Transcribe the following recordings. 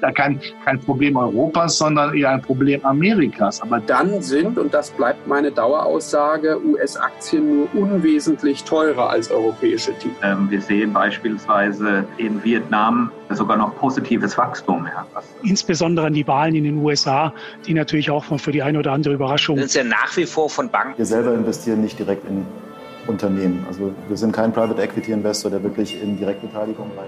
ja kein Problem Europas, sondern eher ein Problem Amerikas. Aber dann sind, und das bleibt meine Daueraussage, US-Aktien nur unwesentlich teurer als europäische Titel. Wir sehen beispielsweise in Vietnam sogar noch positives Wachstum. Ja. Insbesondere an die Wahlen in den USA, die natürlich auch für die eine oder andere Überraschung. Wir sind ja nach wie vor von Banken. Wir selber investieren nicht direkt in Unternehmen. Also wir sind kein Private Equity Investor, der wirklich in Direktbeteiligung rein.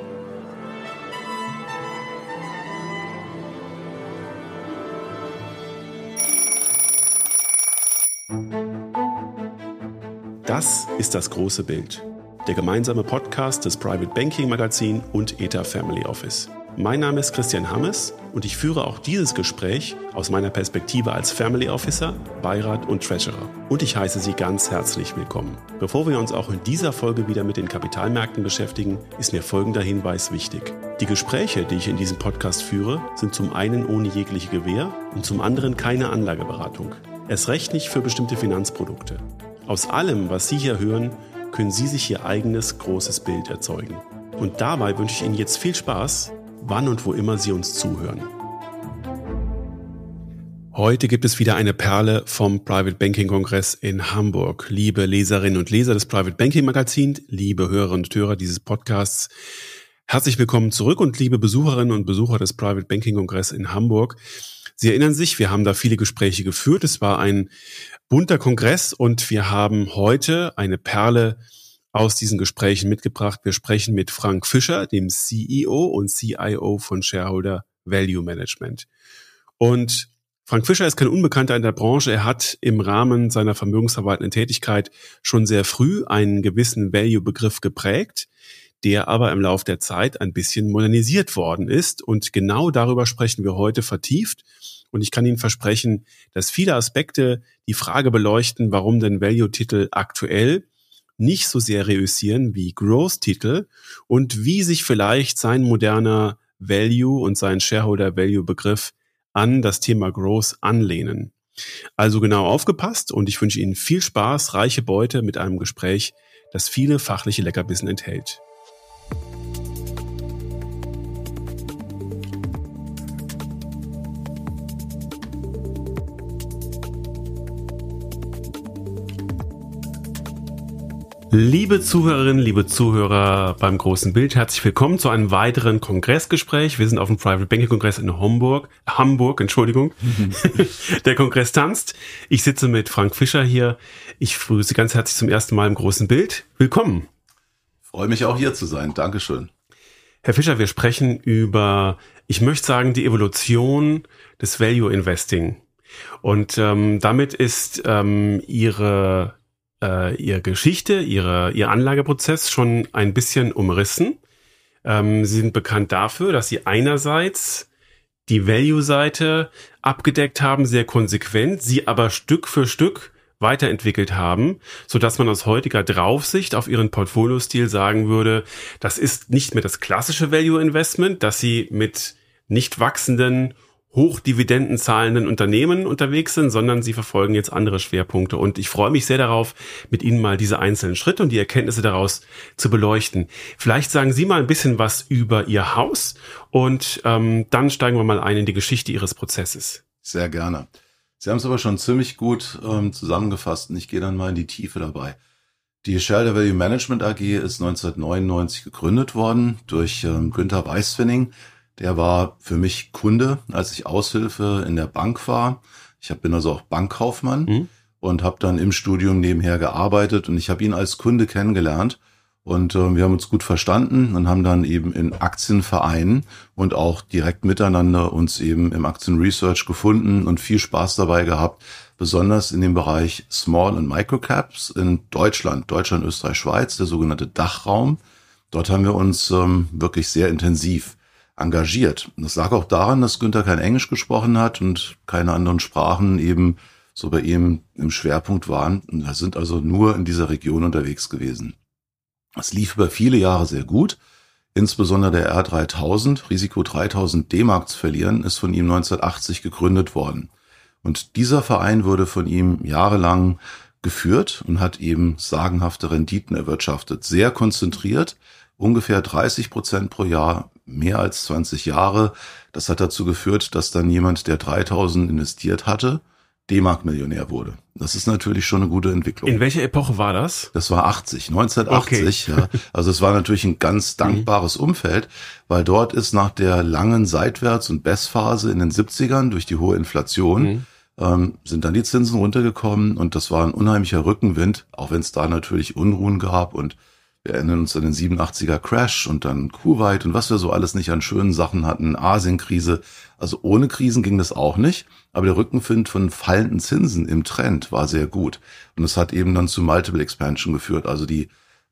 Das ist das große Bild. Der gemeinsame Podcast des Private Banking Magazin und ETA Family Office. Mein Name ist Christian Hammes und ich führe auch dieses Gespräch aus meiner Perspektive als Family Officer, Beirat und Treasurer. Und ich heiße Sie ganz herzlich willkommen. Bevor wir uns auch in dieser Folge wieder mit den Kapitalmärkten beschäftigen, ist mir folgender Hinweis wichtig. Die Gespräche, die ich in diesem Podcast führe, sind zum einen ohne jegliche Gewähr und zum anderen keine Anlageberatung. Erst recht nicht für bestimmte Finanzprodukte. Aus allem, was Sie hier hören, können Sie sich Ihr eigenes großes Bild erzeugen. Und dabei wünsche ich Ihnen jetzt viel Spaß, wann und wo immer Sie uns zuhören. Heute gibt es wieder eine Perle vom Private Banking Kongress in Hamburg. Liebe Leserinnen und Leser des Private Banking Magazins, liebe Hörerinnen und Hörer dieses Podcasts, herzlich willkommen zurück und liebe Besucherinnen und Besucher des Private Banking Kongress in Hamburg. Sie erinnern sich, wir haben da viele Gespräche geführt. Es war ein bunter Kongress und wir haben heute eine Perle aus diesen Gesprächen mitgebracht. Wir sprechen mit Frank Fischer, dem CEO und CIO von Shareholder Value Management. Und Frank Fischer ist kein Unbekannter in der Branche. Er hat im Rahmen seiner vermögensverwaltenden Tätigkeit schon sehr früh einen gewissen Value-Begriff geprägt, der aber im Lauf der Zeit ein bisschen modernisiert worden ist. Und genau darüber sprechen wir heute vertieft. Und ich kann Ihnen versprechen, dass viele Aspekte die Frage beleuchten, warum denn Value-Titel aktuell nicht so sehr reüssieren wie Growth-Titel und wie sich vielleicht sein moderner Value und sein Shareholder-Value-Begriff an das Thema Growth anlehnen. Also genau aufgepasst und ich wünsche Ihnen viel Spaß, reiche Beute mit einem Gespräch, das viele fachliche Leckerbissen enthält. Liebe Zuhörerinnen, liebe Zuhörer beim großen Bild, herzlich willkommen zu einem weiteren Kongressgespräch. Wir sind auf dem Private Banking Kongress in Hamburg, Der Kongress tanzt. Ich sitze mit Frank Fischer hier. Ich begrüße Sie ganz herzlich zum ersten Mal im großen Bild. Willkommen. Ich freue mich auch hier zu sein. Dankeschön. Herr Fischer, wir sprechen über, ich möchte sagen, die Evolution des Value Investing. Und damit ist Ihre Geschichte, Ihr Anlageprozess schon ein bisschen umrissen. Sie sind bekannt dafür, dass Sie einerseits die Value-Seite abgedeckt haben, sehr konsequent, sie aber Stück für Stück weiterentwickelt haben, sodass man aus heutiger Draufsicht auf Ihren Portfoliostil sagen würde, das ist nicht mehr das klassische Value-Investment, dass Sie mit nicht wachsenden hochdividenden zahlenden Unternehmen unterwegs sind, sondern sie verfolgen jetzt andere Schwerpunkte. Und ich freue mich sehr darauf, mit Ihnen mal diese einzelnen Schritte und die Erkenntnisse daraus zu beleuchten. Vielleicht sagen Sie mal ein bisschen was über Ihr Haus und dann steigen wir mal ein in die Geschichte Ihres Prozesses. Sehr gerne. Sie haben es aber schon ziemlich gut zusammengefasst und ich gehe dann mal in die Tiefe dabei. Die Shareholder Value Management AG ist 1999 gegründet worden durch Günther Weißpfenning. Der war für mich Kunde, als ich Aushilfe in der Bank war. Bin also auch Bankkaufmann und habe dann im Studium nebenher gearbeitet und ich habe ihn als Kunde kennengelernt und wir haben uns gut verstanden und haben dann eben in Aktienvereinen und auch direkt miteinander uns eben im Aktienresearch gefunden und viel Spaß dabei gehabt, besonders in dem Bereich Small und Microcaps in Deutschland, Österreich, Schweiz, der sogenannte Dachraum. Dort haben wir uns wirklich sehr intensiv engagiert. Das lag auch daran, dass Günther kein Englisch gesprochen hat und keine anderen Sprachen eben so bei ihm im Schwerpunkt waren. Und wir sind also nur in dieser Region unterwegs gewesen. Es lief über viele Jahre sehr gut. Insbesondere der R3000, Risiko 3000 D-Mark zu verlieren, ist von ihm 1980 gegründet worden. Und dieser Verein wurde von ihm jahrelang geführt und hat eben sagenhafte Renditen erwirtschaftet. Sehr konzentriert, ungefähr 30% pro Jahr mehr als 20 Jahre. Das hat dazu geführt, dass dann jemand, der 3.000 investiert hatte, D-Mark-Millionär wurde. Das ist natürlich schon eine gute Entwicklung. In welcher Epoche war das? Das war 1980. Okay. Ja. Also es war natürlich ein ganz dankbares Umfeld, weil dort ist nach der langen Seitwärts- und Bestphase in den 70ern durch die hohe Inflation sind dann die Zinsen runtergekommen und das war ein unheimlicher Rückenwind, auch wenn es da natürlich Unruhen gab und wir erinnern uns an den 87er Crash und dann Kuwait und was wir so alles nicht an schönen Sachen hatten, Asienkrise. Also ohne Krisen ging das auch nicht, aber der Rückenwind von fallenden Zinsen im Trend war sehr gut. Und es hat eben dann zu Multiple Expansion geführt, also die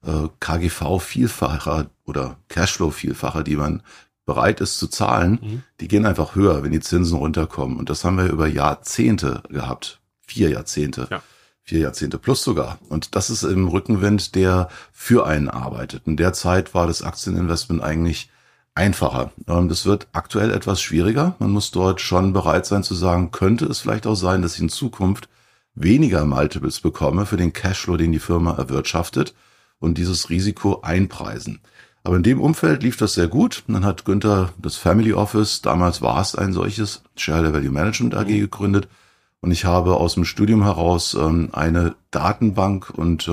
KGV-Vielfacher oder Cashflow-Vielfacher, die man bereit ist zu zahlen, die gehen einfach höher, wenn die Zinsen runterkommen. Und das haben wir über Jahrzehnte gehabt, 4 Jahrzehnte. Ja. 4 Jahrzehnte plus sogar. Und das ist im Rückenwind, der für einen arbeitet. In der Zeit war das Aktieninvestment eigentlich einfacher. Das wird aktuell etwas schwieriger. Man muss dort schon bereit sein zu sagen, könnte es vielleicht auch sein, dass ich in Zukunft weniger Multiples bekomme für den Cashflow, den die Firma erwirtschaftet und dieses Risiko einpreisen. Aber in dem Umfeld lief das sehr gut. Und dann hat Günther das Family Office, damals war es ein solches, Shareholder Value Management AG gegründet. Und ich habe aus dem Studium heraus eine Datenbank und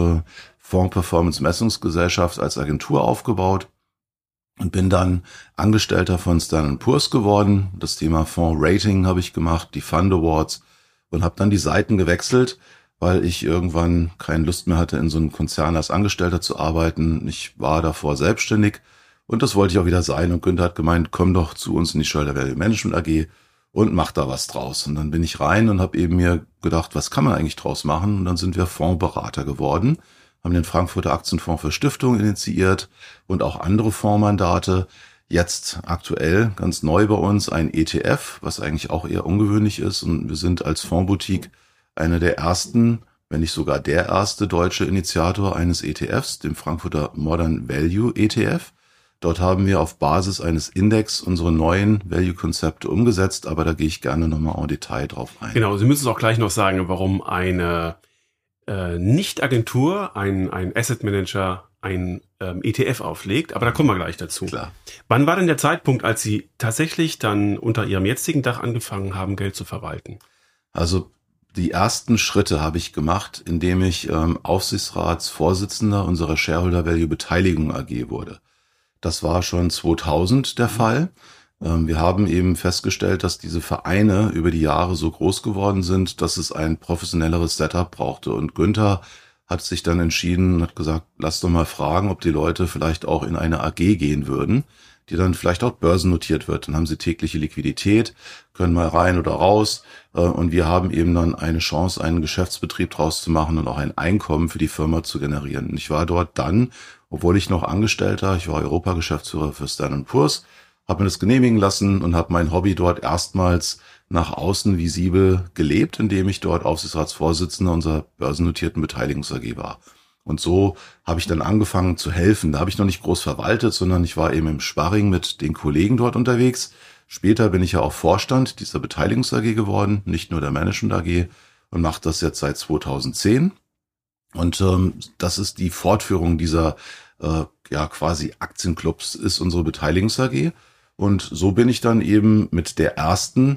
Fonds-Performance-Messungsgesellschaft als Agentur aufgebaut und bin dann Angestellter von Standard & Poor's geworden. Das Thema Fonds-Rating habe ich gemacht, die Fund Awards und habe dann die Seiten gewechselt, weil ich irgendwann keine Lust mehr hatte, in so einem Konzern als Angestellter zu arbeiten. Ich war davor selbstständig und das wollte ich auch wieder sein. Und Günther hat gemeint, komm doch zu uns in die Shareholder Value Management AG und mach da was draus. Und dann bin ich rein und habe eben mir gedacht, was kann man eigentlich draus machen? Und dann sind wir Fondsberater geworden, haben den Frankfurter Aktienfonds für Stiftungen initiiert und auch andere Fondsmandate. Jetzt aktuell ganz neu bei uns ein ETF, was eigentlich auch eher ungewöhnlich ist. Und wir sind als Fondsboutique einer der ersten, wenn nicht sogar der erste deutsche Initiator eines ETFs, dem Frankfurter Modern Value ETF. Dort haben wir auf Basis eines Index unsere neuen Value-Konzepte umgesetzt, aber da gehe ich gerne nochmal en Detail drauf ein. Genau, Sie müssen es auch gleich noch sagen, warum eine Nicht-Agentur, ein Asset Manager, ein ETF auflegt, aber da kommen wir gleich dazu. Klar. Wann war denn der Zeitpunkt, als Sie tatsächlich dann unter Ihrem jetzigen Dach angefangen haben, Geld zu verwalten? Also die ersten Schritte habe ich gemacht, indem ich Aufsichtsratsvorsitzender unserer Shareholder Value Beteiligung AG wurde. Das war schon 2000 der Fall. Wir haben eben festgestellt, dass diese Vereine über die Jahre so groß geworden sind, dass es ein professionelleres Setup brauchte. Und Günther hat sich dann entschieden und hat gesagt, lass doch mal fragen, ob die Leute vielleicht auch in eine AG gehen würden, die dann vielleicht auch börsennotiert wird. Dann haben sie tägliche Liquidität, können mal rein oder raus. Und wir haben eben dann eine Chance, einen Geschäftsbetrieb draus zu machen und auch ein Einkommen für die Firma zu generieren. Und ich war dort dann, obwohl ich noch Angestellter, ich war Europageschäftsführer für Standard & Poor's, habe mir das genehmigen lassen und habe mein Hobby dort erstmals nach außen visibel gelebt, indem ich dort Aufsichtsratsvorsitzender unserer börsennotierten Beteiligungs AG war. Und so habe ich dann angefangen zu helfen. Da habe ich noch nicht groß verwaltet, sondern ich war eben im Sparring mit den Kollegen dort unterwegs. Später bin ich ja auch Vorstand dieser Beteiligungs AG geworden, nicht nur der Management AG, und mache das jetzt seit 2010. Und das ist die Fortführung dieser quasi Aktienclubs, ist unsere Beteiligungs AG. Und so bin ich dann eben mit der ersten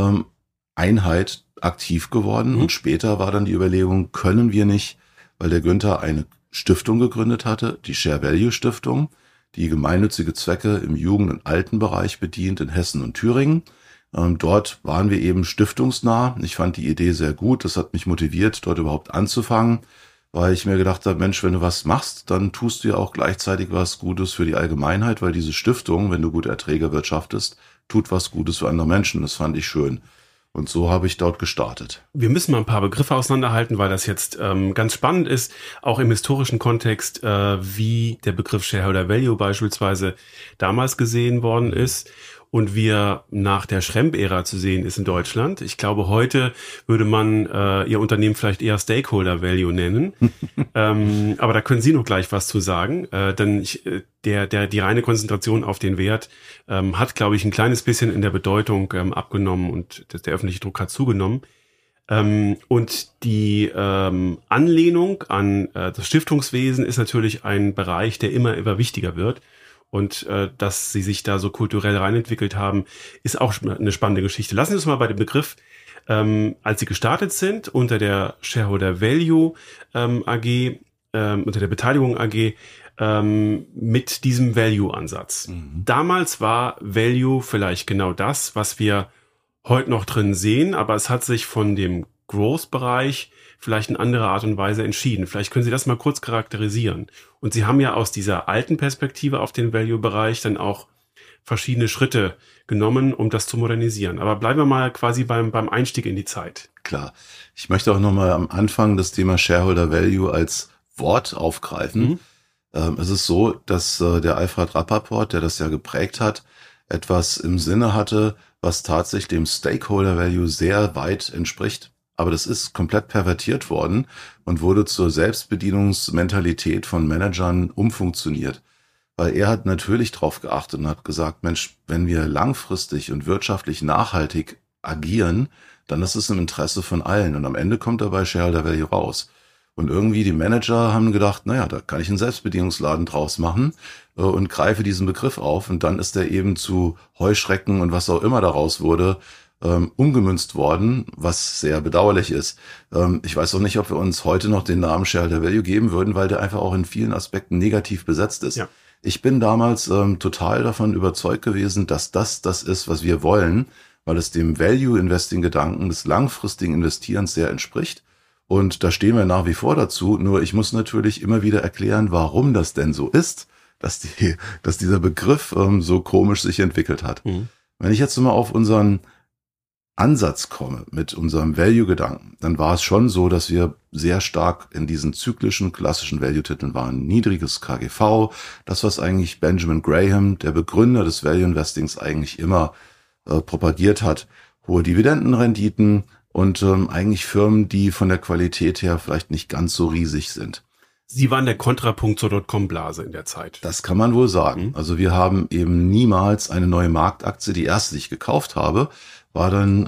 Einheit aktiv geworden. Und später war dann die Überlegung, können wir nicht, weil der Günther eine Stiftung gegründet hatte, die Share Value Stiftung, die gemeinnützige Zwecke im Jugend- und Altenbereich bedient in Hessen und Thüringen. Dort waren wir eben stiftungsnah. Ich fand die Idee sehr gut. Das hat mich motiviert, dort überhaupt anzufangen, weil ich mir gedacht habe, Mensch, wenn du was machst, dann tust du ja auch gleichzeitig was Gutes für die Allgemeinheit, weil diese Stiftung, wenn du gute Erträge wirtschaftest, tut was Gutes für andere Menschen. Das fand ich schön. Und so habe ich dort gestartet. Wir müssen mal ein paar Begriffe auseinanderhalten, weil das jetzt ganz spannend ist, auch im historischen Kontext, wie der Begriff Shareholder Value beispielsweise damals gesehen worden ist und wie er nach der Schremp-Ära zu sehen ist in Deutschland. Ich glaube, heute würde man Ihr Unternehmen vielleicht eher Stakeholder Value nennen. Aber da können Sie noch gleich was zu sagen. Denn die reine Konzentration auf den Wert hat, glaube ich, ein kleines bisschen in der Bedeutung abgenommen und der öffentliche Druck hat zugenommen. Und die Anlehnung an das Stiftungswesen ist natürlich ein Bereich, der immer wichtiger wird. Und dass sie sich da so kulturell reinentwickelt haben, ist auch eine spannende Geschichte. Lassen Sie uns mal bei dem Begriff, als Sie gestartet sind unter der Shareholder Value AG, unter der Beteiligung AG, mit diesem Value-Ansatz. Damals war Value vielleicht genau das, was wir heute noch drin sehen, aber es hat sich von dem Growth-Bereich vielleicht in anderer Art und Weise entschieden. Vielleicht können Sie das mal kurz charakterisieren. Und Sie haben ja aus dieser alten Perspektive auf den Value-Bereich dann auch verschiedene Schritte genommen, um das zu modernisieren. Aber bleiben wir mal quasi beim Einstieg in die Zeit. Klar. Ich möchte auch nochmal am Anfang das Thema Shareholder Value als Wort aufgreifen. Es ist so, dass der Alfred Rappaport, der das ja geprägt hat, etwas im Sinne hatte, was tatsächlich dem Stakeholder Value sehr weit entspricht. Aber das ist komplett pervertiert worden und wurde zur Selbstbedienungsmentalität von Managern umfunktioniert. Weil er hat natürlich drauf geachtet und hat gesagt, Mensch, wenn wir langfristig und wirtschaftlich nachhaltig agieren, dann ist es im Interesse von allen. Und am Ende kommt dabei Shareholder Value raus. Und irgendwie die Manager haben gedacht, naja, da kann ich einen Selbstbedienungsladen draus machen und greife diesen Begriff auf. Und dann ist er eben zu Heuschrecken und was auch immer daraus wurde, umgemünzt worden, was sehr bedauerlich ist. Ich weiß auch nicht, ob wir uns heute noch den Namen Shareholder Value geben würden, weil der einfach auch in vielen Aspekten negativ besetzt ist. Ja. Ich bin damals total davon überzeugt gewesen, dass das ist, was wir wollen, weil es dem Value-Investing-Gedanken des langfristigen Investierens sehr entspricht. Und da stehen wir nach wie vor dazu. Nur ich muss natürlich immer wieder erklären, warum das denn so ist, dass dieser Begriff so komisch sich entwickelt hat. Wenn ich jetzt mal auf unseren Ansatz komme mit unserem Value-Gedanken, dann war es schon so, dass wir sehr stark in diesen zyklischen, klassischen Value-Titeln waren. Niedriges KGV, das, was eigentlich Benjamin Graham, der Begründer des Value-Investings, eigentlich immer propagiert hat. Hohe Dividendenrenditen und eigentlich Firmen, die von der Qualität her vielleicht nicht ganz so riesig sind. Sie waren der Kontrapunkt zur Dotcom-Blase in der Zeit. Das kann man wohl sagen. Also wir haben eben niemals eine neue Marktaktie. Die erste, die ich gekauft habe, war dann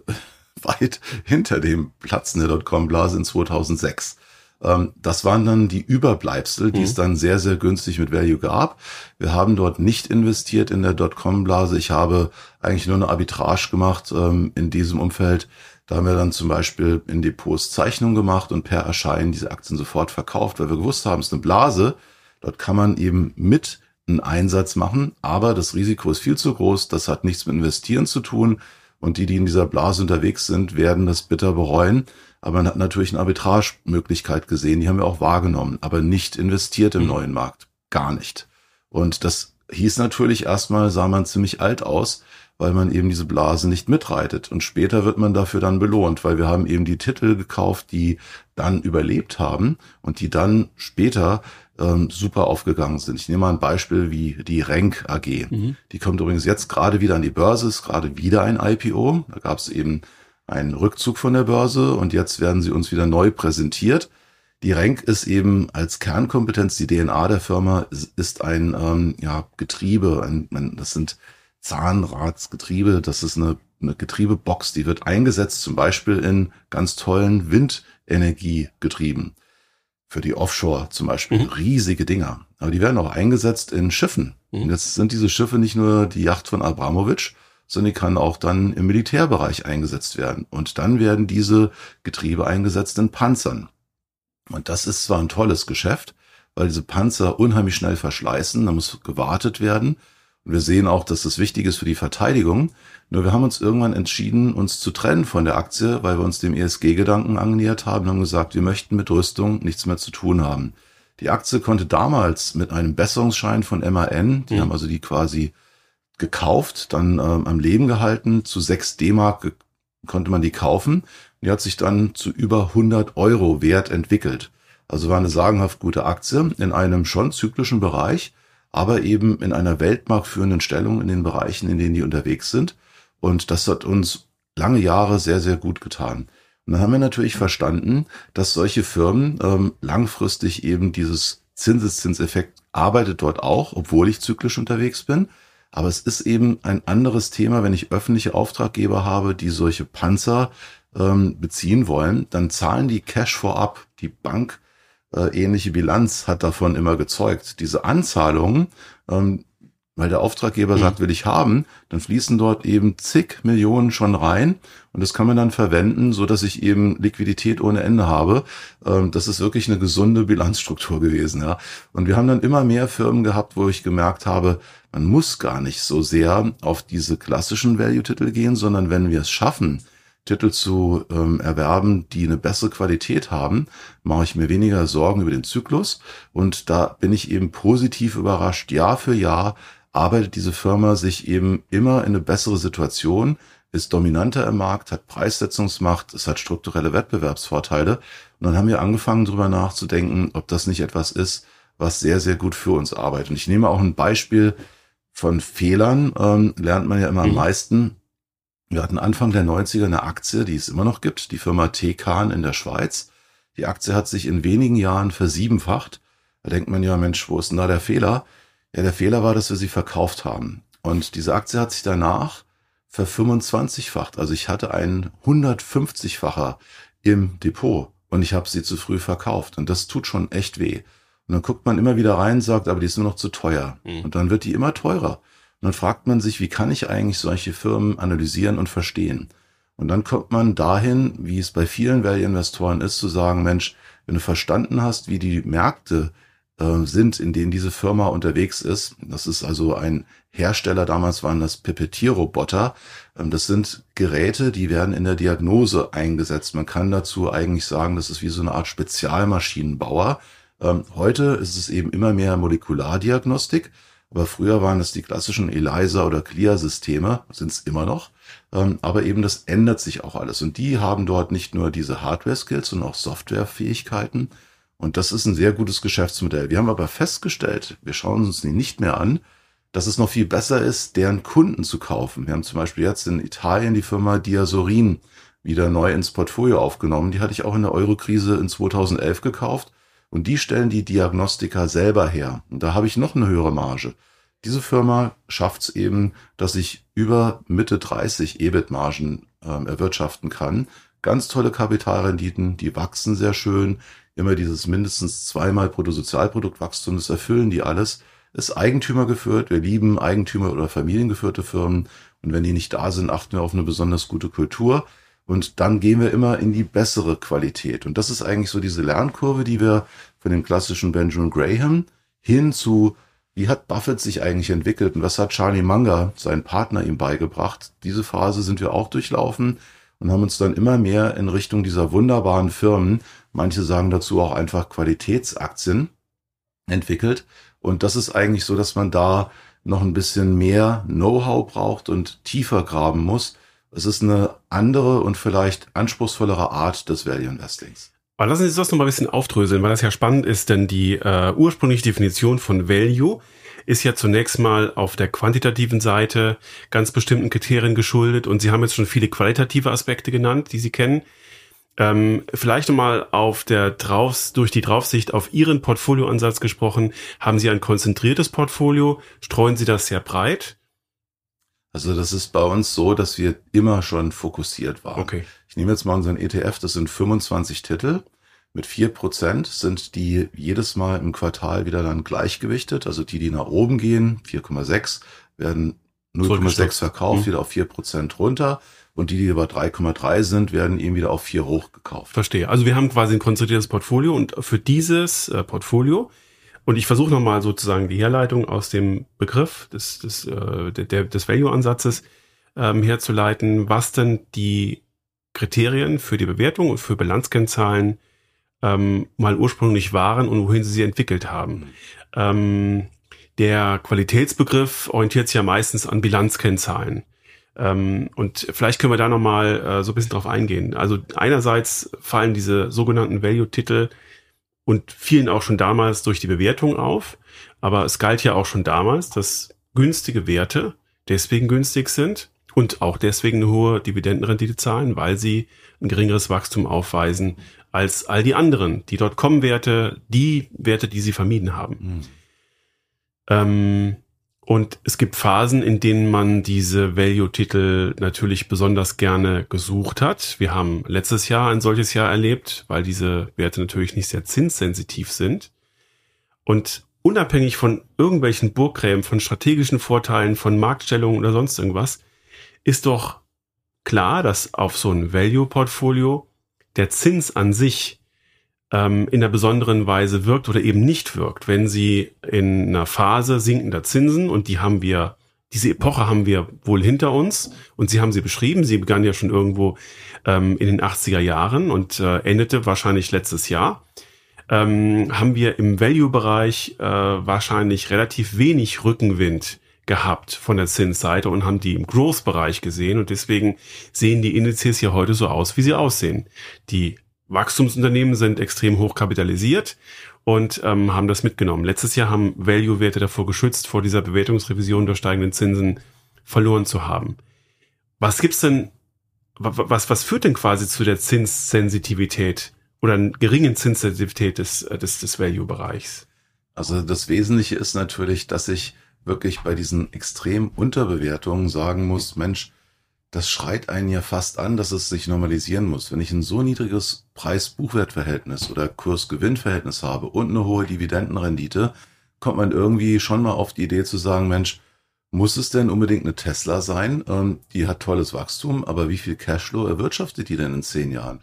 weit hinter dem Platzen der Dotcom-Blase in 2006. Das waren dann die Überbleibsel, die es dann sehr, sehr günstig mit Value gab. Wir haben dort nicht investiert in der Dotcom-Blase. Ich habe eigentlich nur eine Arbitrage gemacht in diesem Umfeld. Da haben wir dann zum Beispiel in Depots Zeichnungen gemacht und per Erscheinen diese Aktien sofort verkauft, weil wir gewusst haben, es ist eine Blase. Dort kann man eben mit einen Einsatz machen, aber das Risiko ist viel zu groß. Das hat nichts mit Investieren zu tun. Und die in dieser Blase unterwegs sind, werden das bitter bereuen. Aber man hat natürlich eine Arbitrage-Möglichkeit gesehen. Die haben wir auch wahrgenommen, aber nicht investiert im neuen Markt. Gar nicht. Und das hieß natürlich erstmal, sah man ziemlich alt aus, weil man eben diese Blase nicht mitreitet. Und später wird man dafür dann belohnt, weil wir haben eben die Titel gekauft, die dann überlebt haben und die dann später super aufgegangen sind. Ich nehme mal ein Beispiel wie die Renk AG. Die kommt übrigens jetzt gerade wieder an die Börse, ist gerade wieder ein IPO. Da gab es eben einen Rückzug von der Börse und jetzt werden sie uns wieder neu präsentiert. Die Renk ist eben als Kernkompetenz, die DNA der Firma ist ein Getriebe, das sind Zahnradsgetriebe, das ist eine Getriebebox, die wird eingesetzt zum Beispiel in ganz tollen Windenergiegetrieben. Für die Offshore zum Beispiel, riesige Dinger. Aber die werden auch eingesetzt in Schiffen. Und jetzt sind diese Schiffe nicht nur die Yacht von Abramowitsch, sondern die kann auch dann im Militärbereich eingesetzt werden. Und dann werden diese Getriebe eingesetzt in Panzern. Und das ist zwar ein tolles Geschäft, weil diese Panzer unheimlich schnell verschleißen, da muss gewartet werden. Und wir sehen auch, dass das wichtig ist für die Verteidigung. Nur wir haben uns irgendwann entschieden, uns zu trennen von der Aktie, weil wir uns dem ESG-Gedanken angenähert haben und haben gesagt, wir möchten mit Rüstung nichts mehr zu tun haben. Die Aktie konnte damals mit einem Besserungsschein von MAN, die haben also die quasi gekauft, dann am Leben gehalten, zu 6 D-Mark konnte man die kaufen. Die hat sich dann zu über 100 € Wert entwickelt. Also war eine sagenhaft gute Aktie in einem schon zyklischen Bereich, aber eben in einer weltmarktführenden Stellung in den Bereichen, in denen die unterwegs sind. Und das hat uns lange Jahre sehr, sehr gut getan. Und dann haben wir natürlich verstanden, dass solche Firmen langfristig eben dieses Zinseszinseffekt arbeitet dort auch, obwohl ich zyklisch unterwegs bin. Aber es ist eben ein anderes Thema, wenn ich öffentliche Auftraggeber habe, die solche Panzer beziehen wollen, dann zahlen die Cash vorab. Die Bank ähnliche Bilanz hat davon immer gezeugt. Diese Anzahlungen, weil der Auftraggeber sagt, will ich haben, dann fließen dort eben zig Millionen schon rein und das kann man dann verwenden, so dass ich eben Liquidität ohne Ende habe. Das ist wirklich eine gesunde Bilanzstruktur gewesen, ja. Und wir haben dann immer mehr Firmen gehabt, wo ich gemerkt habe, man muss gar nicht so sehr auf diese klassischen Value-Titel gehen, sondern wenn wir es schaffen, Titel zu erwerben, die eine bessere Qualität haben, mache ich mir weniger Sorgen über den Zyklus. Und da bin ich eben positiv überrascht. Jahr für Jahr arbeitet diese Firma sich eben immer in eine bessere Situation, ist dominanter im Markt, hat Preissetzungsmacht, es hat strukturelle Wettbewerbsvorteile. Und dann haben wir angefangen, darüber nachzudenken, ob das nicht etwas ist, was sehr, sehr gut für uns arbeitet. Und ich nehme auch ein Beispiel von Fehlern, lernt man ja immer am meisten. Wir hatten Anfang der 90er eine Aktie, die es immer noch gibt, die Firma Tecan in der Schweiz. Die Aktie hat sich in wenigen Jahren versiebenfacht. Da denkt man ja, Mensch, wo ist denn da der Fehler? Ja, der Fehler war, dass wir sie verkauft haben. Und diese Aktie hat sich danach ver25-facht. Also ich hatte einen 150-facher im Depot und ich habe sie zu früh verkauft. Und das tut schon echt weh. Und dann guckt man immer wieder rein und sagt, aber die ist nur noch zu teuer. Und dann wird die immer teurer. Und dann fragt man sich, wie kann ich eigentlich solche Firmen analysieren und verstehen? Und dann kommt man dahin, wie es bei vielen Value-Investoren ist, zu sagen, Mensch, wenn du verstanden hast, wie die Märkte sind, in denen diese Firma unterwegs ist, das ist also ein Hersteller, damals waren das Pipetierroboter, das sind Geräte, die werden in der Diagnose eingesetzt. Man kann dazu eigentlich sagen, das ist wie so eine Art Spezialmaschinenbauer. Heute ist es eben immer mehr Molekulardiagnostik. Aber früher waren es die klassischen ELISA oder CLIA-Systeme, sind es immer noch. Aber eben das ändert sich auch alles. Und die haben dort nicht nur diese Hardware-Skills, sondern auch Software-Fähigkeiten. Und das ist ein sehr gutes Geschäftsmodell. Wir haben aber festgestellt, wir schauen uns die nicht mehr an, dass es noch viel besser ist, deren Kunden zu kaufen. Wir haben zum Beispiel jetzt in Italien die Firma Diasorin wieder neu ins Portfolio aufgenommen. Die hatte ich auch in der Euro-Krise in 2011 gekauft. Und die stellen die Diagnostika selber her. Und da habe ich noch eine höhere Marge. Diese Firma schafft es eben, dass ich über Mitte 30 EBIT-Margen erwirtschaften kann. Ganz tolle Kapitalrenditen, die wachsen sehr schön. Immer dieses mindestens 2-mal Bruttosozialproduktwachstum, das erfüllen die alles. Ist Eigentümer geführt. Wir lieben Eigentümer- oder familiengeführte Firmen. Und wenn die nicht da sind, achten wir auf eine besonders gute Kultur. Und dann gehen wir immer in die bessere Qualität. Und das ist eigentlich so diese Lernkurve, die wir von dem klassischen Benjamin Graham hin zu, wie hat Buffett sich eigentlich entwickelt und was hat Charlie Munger, sein Partner, ihm beigebracht. Diese Phase sind wir auch durchlaufen und haben uns dann immer mehr in Richtung dieser wunderbaren Firmen, manche sagen dazu auch einfach Qualitätsaktien, entwickelt. Und das ist eigentlich so, dass man da noch ein bisschen mehr Know-how braucht und tiefer graben muss. Es ist eine andere und vielleicht anspruchsvollere Art des Value Investings. Aber lassen Sie uns das noch mal ein bisschen aufdröseln, weil das ja spannend ist, denn die ursprüngliche Definition von Value ist ja zunächst mal auf der quantitativen Seite ganz bestimmten Kriterien geschuldet und Sie haben jetzt schon viele qualitative Aspekte genannt, die Sie kennen. Vielleicht nochmal durch die Draufsicht auf Ihren Portfolioansatz gesprochen. Haben Sie ein konzentriertes Portfolio? Streuen Sie das sehr breit? Also das ist bei uns so, dass wir immer schon fokussiert waren. Okay. Ich nehme jetzt mal unseren ETF, das sind 25 Titel. Mit 4% sind die jedes Mal im Quartal wieder dann gleichgewichtet. Also die nach oben gehen, 4,6, werden 0,6 verkauft, wieder auf 4% runter. Und die über 3,3 sind, werden eben wieder auf 4 hochgekauft. Verstehe. Also wir haben quasi ein konzentriertes Portfolio und für dieses Portfolio, und ich versuche nochmal sozusagen die Herleitung aus dem Begriff des Value-Ansatzes herzuleiten, was denn die Kriterien für die Bewertung und für Bilanzkennzahlen mal ursprünglich waren und wohin sie entwickelt haben. Der Qualitätsbegriff orientiert sich ja meistens an Bilanzkennzahlen. Und vielleicht können wir da nochmal so ein bisschen drauf eingehen. Also einerseits fallen diese sogenannten Value-Titel und fielen auch schon damals durch die Bewertung auf. Aber es galt ja auch schon damals, dass günstige Werte deswegen günstig sind und auch deswegen eine hohe Dividendenrendite zahlen, weil sie ein geringeres Wachstum aufweisen als all die anderen, die Dotcom-Werte, die Werte, die sie vermieden haben. Und es gibt Phasen, in denen man diese Value-Titel natürlich besonders gerne gesucht hat. Wir haben letztes Jahr ein solches Jahr erlebt, weil diese Werte natürlich nicht sehr zinssensitiv sind. Und unabhängig von irgendwelchen Burggräben, von strategischen Vorteilen, von Marktstellungen oder sonst irgendwas, ist doch klar, dass auf so ein Value-Portfolio der Zins an sich in einer besonderen Weise wirkt oder eben nicht wirkt. Wenn Sie in einer Phase sinkender Zinsen, und diese Epoche haben wir wohl hinter uns, und Sie haben sie beschrieben, sie begann ja schon irgendwo in den 80er Jahren und endete wahrscheinlich letztes Jahr, haben wir im Value-Bereich wahrscheinlich relativ wenig Rückenwind gehabt von der Zinsseite und haben die im Growth-Bereich gesehen, und deswegen sehen die Indizes hier heute so aus, wie sie aussehen. Die Wachstumsunternehmen sind extrem hoch kapitalisiert und haben das mitgenommen. Letztes Jahr haben Value-Werte davor geschützt, vor dieser Bewertungsrevision durch steigenden Zinsen verloren zu haben. Was gibt's denn, was führt denn quasi zu der Zinssensitivität oder einer geringen Zinssensitivität des Value-Bereichs? Also das Wesentliche ist natürlich, dass ich wirklich bei diesen extremen Unterbewertungen sagen muss, Mensch, das schreit einen ja fast an, dass es sich normalisieren muss. Wenn ich ein so niedriges Preis-Buchwert-Verhältnis oder Kurs-Gewinn-Verhältnis habe und eine hohe Dividendenrendite, kommt man irgendwie schon mal auf die Idee zu sagen, Mensch, muss es denn unbedingt eine Tesla sein? Die hat tolles Wachstum, aber wie viel Cashflow erwirtschaftet die denn in 10 Jahren?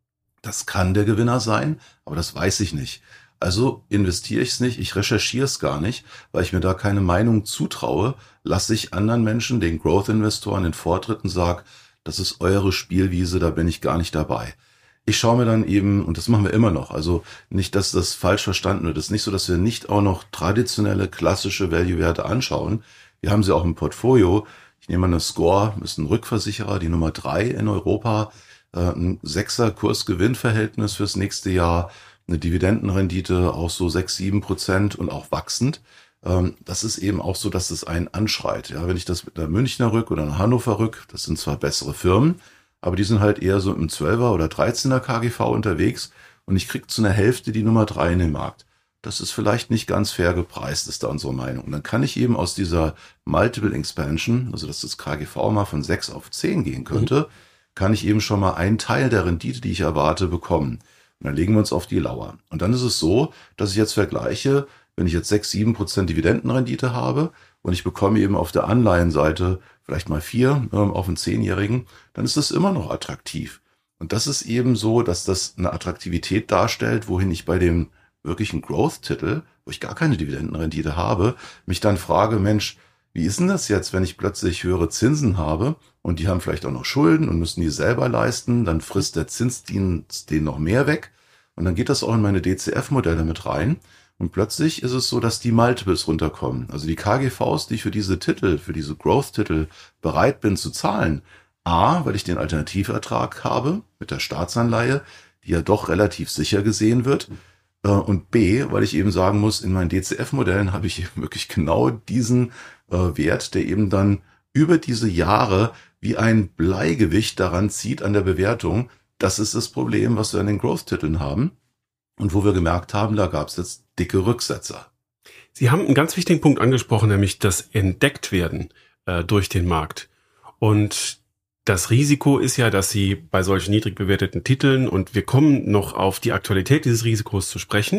Das kann der Gewinner sein, aber das weiß ich nicht. Also investiere ich es nicht, ich recherchiere es gar nicht, weil ich mir da keine Meinung zutraue, lasse ich anderen Menschen, den Growth-Investoren, den Vortritt und sage, das ist eure Spielwiese, da bin ich gar nicht dabei. Ich schaue mir dann eben, und das machen wir immer noch, also nicht, dass das falsch verstanden wird, es ist nicht so, dass wir nicht auch noch traditionelle, klassische Value-Werte anschauen. Wir haben sie auch im Portfolio. Ich nehme mal eine Score, ist ein Rückversicherer, die Nummer 3 in Europa, ein 6er Kurs-Gewinn-Verhältnis fürs nächste Jahr, eine Dividendenrendite auch so 6-7% und auch wachsend. Das ist eben auch so, dass es einen anschreit. Ja, wenn ich das mit einer Münchner Rück oder einer Hannover Rück, das sind zwar bessere Firmen, aber die sind halt eher so im 12er oder 13er KGV unterwegs und ich kriege zu einer Hälfte die Nummer 3 in den Markt. Das ist vielleicht nicht ganz fair gepreist, ist da unsere Meinung. Und dann kann ich eben aus dieser Multiple Expansion, also dass das KGV mal von 6 auf 10 gehen könnte, kann ich eben schon mal einen Teil der Rendite, die ich erwarte, bekommen. Und dann legen wir uns auf die Lauer. Und dann ist es so, dass ich jetzt vergleiche, wenn ich jetzt 6-7% Dividendenrendite habe und ich bekomme eben auf der Anleihenseite vielleicht mal 4 auf einen 10-Jährigen, dann ist das immer noch attraktiv. Und das ist eben so, dass das eine Attraktivität darstellt, wohin ich bei dem wirklichen Growth-Titel, wo ich gar keine Dividendenrendite habe, mich dann frage, Mensch, wie ist denn das jetzt, wenn ich plötzlich höhere Zinsen habe und die haben vielleicht auch noch Schulden und müssen die selber leisten, dann frisst der Zinsdienst den noch mehr weg und dann geht das auch in meine DCF-Modelle mit rein und plötzlich ist es so, dass die Multiples runterkommen. Also die KGVs, die ich für diese Titel, für diese Growth-Titel bereit bin zu zahlen, A, weil ich den Alternativertrag habe mit der Staatsanleihe, die ja doch relativ sicher gesehen wird, und B, weil ich eben sagen muss, in meinen DCF-Modellen habe ich wirklich genau diesen Wert, der eben dann über diese Jahre wie ein Bleigewicht daran zieht an der Bewertung. Das ist das Problem, was wir an den Growth-Titeln haben und wo wir gemerkt haben, da gab es jetzt dicke Rücksetzer. Sie haben einen ganz wichtigen Punkt angesprochen, nämlich das Entdecktwerden durch den Markt. Und das Risiko ist ja, dass Sie bei solchen niedrig bewerteten Titeln, und wir kommen noch auf die Aktualität dieses Risikos zu sprechen,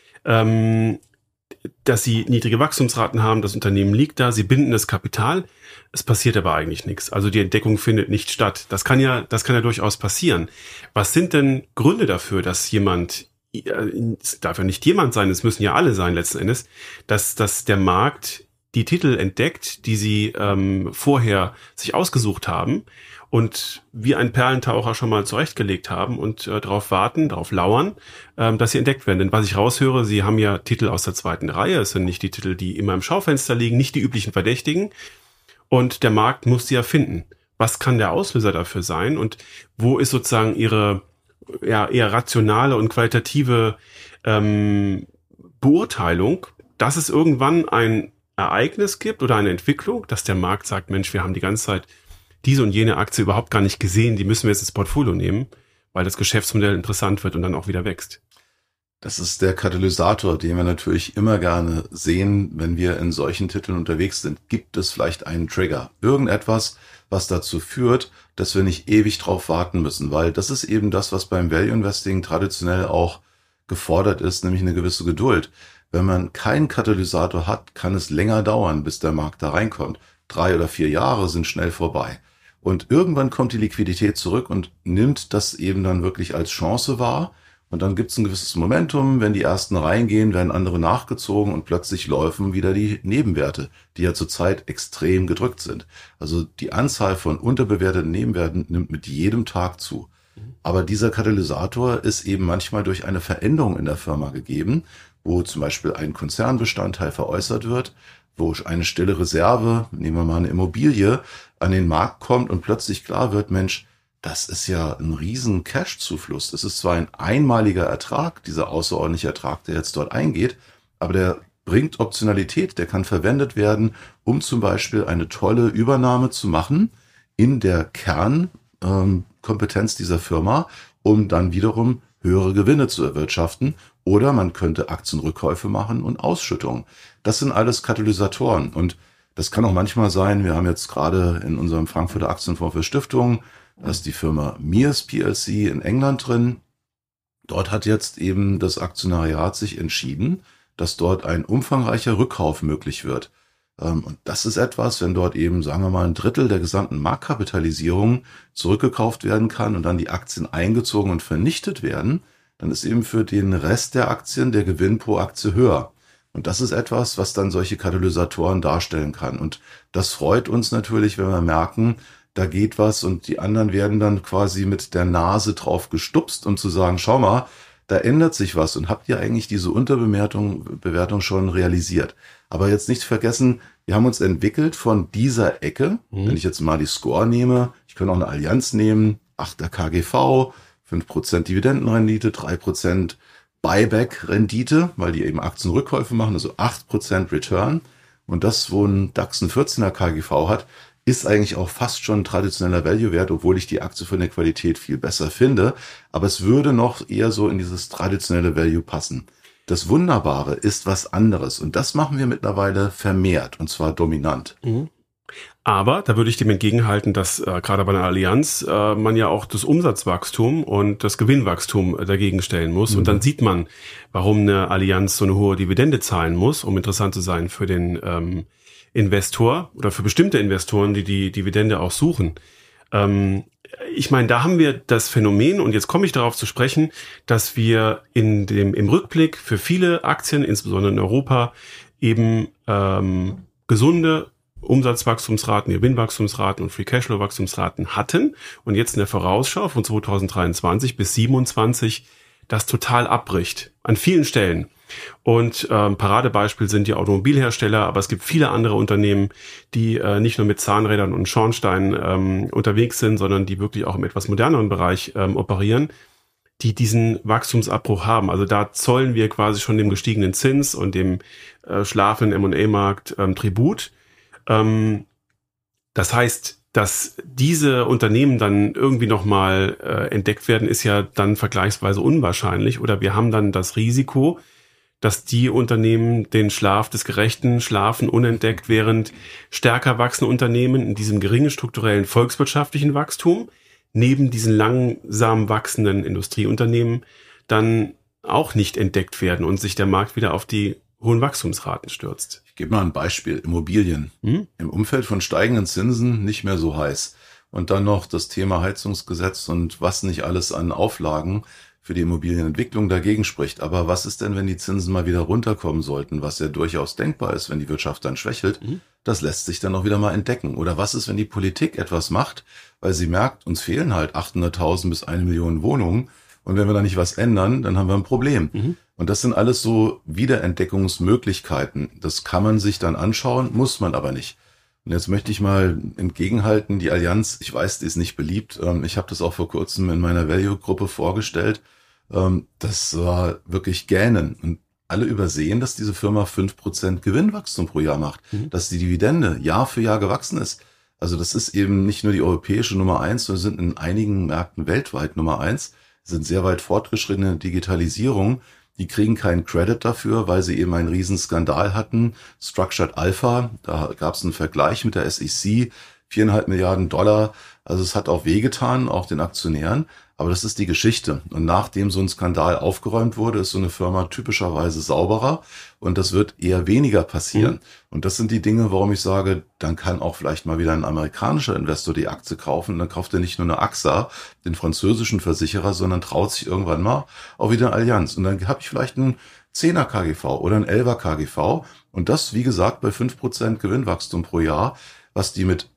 dass Sie niedrige Wachstumsraten haben, das Unternehmen liegt da, Sie binden das Kapital, es passiert aber eigentlich nichts. Also die Entdeckung findet nicht statt. Das kann ja durchaus passieren. Was sind denn Gründe dafür, dass jemand, es darf ja nicht jemand sein, es müssen ja alle sein letzten Endes, dass der Markt die Titel entdeckt, die Sie vorher sich ausgesucht haben und wie ein Perlentaucher schon mal zurechtgelegt haben und darauf warten, darauf lauern, dass sie entdeckt werden. Denn was ich raushöre, Sie haben ja Titel aus der zweiten Reihe, es sind nicht die Titel, die immer im Schaufenster liegen, nicht die üblichen Verdächtigen, und der Markt muss sie ja finden. Was kann der Auslöser dafür sein und wo ist sozusagen Ihre eher rationale und qualitative Beurteilung, dass es irgendwann ein Ereignis gibt oder eine Entwicklung, dass der Markt sagt, Mensch, wir haben die ganze Zeit diese und jene Aktie überhaupt gar nicht gesehen, die müssen wir jetzt ins Portfolio nehmen, weil das Geschäftsmodell interessant wird und dann auch wieder wächst. Das ist der Katalysator, den wir natürlich immer gerne sehen, wenn wir in solchen Titeln unterwegs sind. Gibt es vielleicht einen Trigger? Irgendetwas, was dazu führt, dass wir nicht ewig drauf warten müssen, weil das ist eben das, was beim Value Investing traditionell auch gefordert ist, nämlich eine gewisse Geduld. Wenn man keinen Katalysator hat, kann es länger dauern, bis der Markt da reinkommt. 3 oder 4 Jahre sind schnell vorbei. Und irgendwann kommt die Liquidität zurück und nimmt das eben dann wirklich als Chance wahr. Und dann gibt es ein gewisses Momentum. Wenn die ersten reingehen, werden andere nachgezogen und plötzlich laufen wieder die Nebenwerte, die ja zurzeit extrem gedrückt sind. Also die Anzahl von unterbewerteten Nebenwerten nimmt mit jedem Tag zu. Aber dieser Katalysator ist eben manchmal durch eine Veränderung in der Firma gegeben, wo zum Beispiel ein Konzernbestandteil veräußert wird, wo eine stille Reserve, nehmen wir mal eine Immobilie, an den Markt kommt und plötzlich klar wird, Mensch, das ist ja ein riesen Cash-Zufluss. Das ist zwar ein einmaliger Ertrag, dieser außerordentliche Ertrag, der jetzt dort eingeht, aber der bringt Optionalität, der kann verwendet werden, um zum Beispiel eine tolle Übernahme zu machen in der Kernkompetenz dieser Firma, um dann wiederum höhere Gewinne zu erwirtschaften. Oder man könnte Aktienrückkäufe machen und Ausschüttungen. Das sind alles Katalysatoren. Und das kann auch manchmal sein, wir haben jetzt gerade in unserem Frankfurter Aktienfonds für Stiftungen, da ist die Firma Mears plc in England drin. Dort hat jetzt eben das Aktionariat sich entschieden, dass dort ein umfangreicher Rückkauf möglich wird. Und das ist etwas, wenn dort eben, sagen wir mal, 1/3 der gesamten Marktkapitalisierung zurückgekauft werden kann und dann die Aktien eingezogen und vernichtet werden, dann ist eben für den Rest der Aktien der Gewinn pro Aktie höher. Und das ist etwas, was dann solche Katalysatoren darstellen kann. Und das freut uns natürlich, wenn wir merken, da geht was und die anderen werden dann quasi mit der Nase drauf gestupst, um zu sagen, schau mal, da ändert sich was und habt ihr eigentlich diese Unterbewertung schon realisiert. Aber jetzt nicht vergessen, wir haben uns entwickelt von dieser Ecke, wenn ich jetzt mal die Score nehme, ich kann auch eine Allianz nehmen, 8er KGV, 5% Dividendenrendite, 3% Buyback-Rendite, weil die eben Aktienrückkäufe machen, also 8% Return. Und das, wo ein DAX ein 14er KGV hat, ist eigentlich auch fast schon ein traditioneller Value-Wert, obwohl ich die Aktie von der Qualität viel besser finde. Aber es würde noch eher so in dieses traditionelle Value passen. Das Wunderbare ist was anderes. Und das machen wir mittlerweile vermehrt, und zwar dominant. Aber da würde ich dem entgegenhalten, dass gerade bei einer Allianz man ja auch das Umsatzwachstum und das Gewinnwachstum dagegen stellen muss. Und dann sieht man, warum eine Allianz so eine hohe Dividende zahlen muss, um interessant zu sein für den Investor oder für bestimmte Investoren, die die Dividende auch suchen. Ich meine, da haben wir das Phänomen, und jetzt komme ich darauf zu sprechen, dass wir im Rückblick für viele Aktien, insbesondere in Europa, eben gesunde Umsatzwachstumsraten, Gewinnwachstumsraten und Free-Cashflow-Wachstumsraten hatten und jetzt in der Vorausschau von 2023 bis 2027 das total abbricht. An vielen Stellen. Und Paradebeispiel sind die Automobilhersteller, aber es gibt viele andere Unternehmen, die nicht nur mit Zahnrädern und Schornsteinen unterwegs sind, sondern die wirklich auch im etwas moderneren Bereich operieren, die diesen Wachstumsabbruch haben. Also da zollen wir quasi schon dem gestiegenen Zins und dem schlafenden M&A-Markt Tribut. Das heißt, dass diese Unternehmen dann irgendwie nochmal entdeckt werden, ist ja dann vergleichsweise unwahrscheinlich. Oder wir haben dann das Risiko, dass die Unternehmen den Schlaf des Gerechten schlafen unentdeckt, während stärker wachsende Unternehmen in diesem geringen strukturellen volkswirtschaftlichen Wachstum neben diesen langsam wachsenden Industrieunternehmen dann auch nicht entdeckt werden und sich der Markt wieder auf die hohen Wachstumsraten stürzt. Ich gebe mal ein Beispiel. Immobilien. Im Umfeld von steigenden Zinsen nicht mehr so heiß. Und dann noch das Thema Heizungsgesetz und was nicht alles an Auflagen für die Immobilienentwicklung dagegen spricht. Aber was ist denn, wenn die Zinsen mal wieder runterkommen sollten, was ja durchaus denkbar ist, wenn die Wirtschaft dann schwächelt? Das lässt sich dann auch wieder mal entdecken. Oder was ist, wenn die Politik etwas macht, weil sie merkt, uns fehlen halt 800.000 bis 1 Million Wohnungen. Und wenn wir da nicht was ändern, dann haben wir ein Problem. Und das sind alles so Wiederentdeckungsmöglichkeiten. Das kann man sich dann anschauen, muss man aber nicht. Und jetzt möchte ich mal entgegenhalten, die Allianz, ich weiß, die ist nicht beliebt. Ich habe das auch vor kurzem in meiner Value-Gruppe vorgestellt. Das war wirklich gähnen. Und alle übersehen, dass diese Firma 5% Gewinnwachstum pro Jahr macht. Dass die Dividende Jahr für Jahr gewachsen ist. Also das ist eben nicht nur die europäische Nummer 1, sondern sind in einigen Märkten weltweit Nummer 1. Sind sehr weit fortgeschrittene Digitalisierung. Die kriegen keinen Credit dafür, weil sie eben einen riesen Skandal hatten. Structured Alpha, da gab es einen Vergleich mit der SEC, $4,5 Milliarden. Also es hat auch wehgetan, auch den Aktionären. Aber das ist die Geschichte. Und nachdem so ein Skandal aufgeräumt wurde, ist so eine Firma typischerweise sauberer und das wird eher weniger passieren. Und das sind die Dinge, warum ich sage, dann kann auch vielleicht mal wieder ein amerikanischer Investor die Aktie kaufen. Und dann kauft er nicht nur eine AXA, den französischen Versicherer, sondern traut sich irgendwann mal auch wieder eine Allianz. Und dann habe ich vielleicht einen 10er KGV oder einen 11er KGV. Und das, wie gesagt, bei 5% Gewinnwachstum pro Jahr, was die mit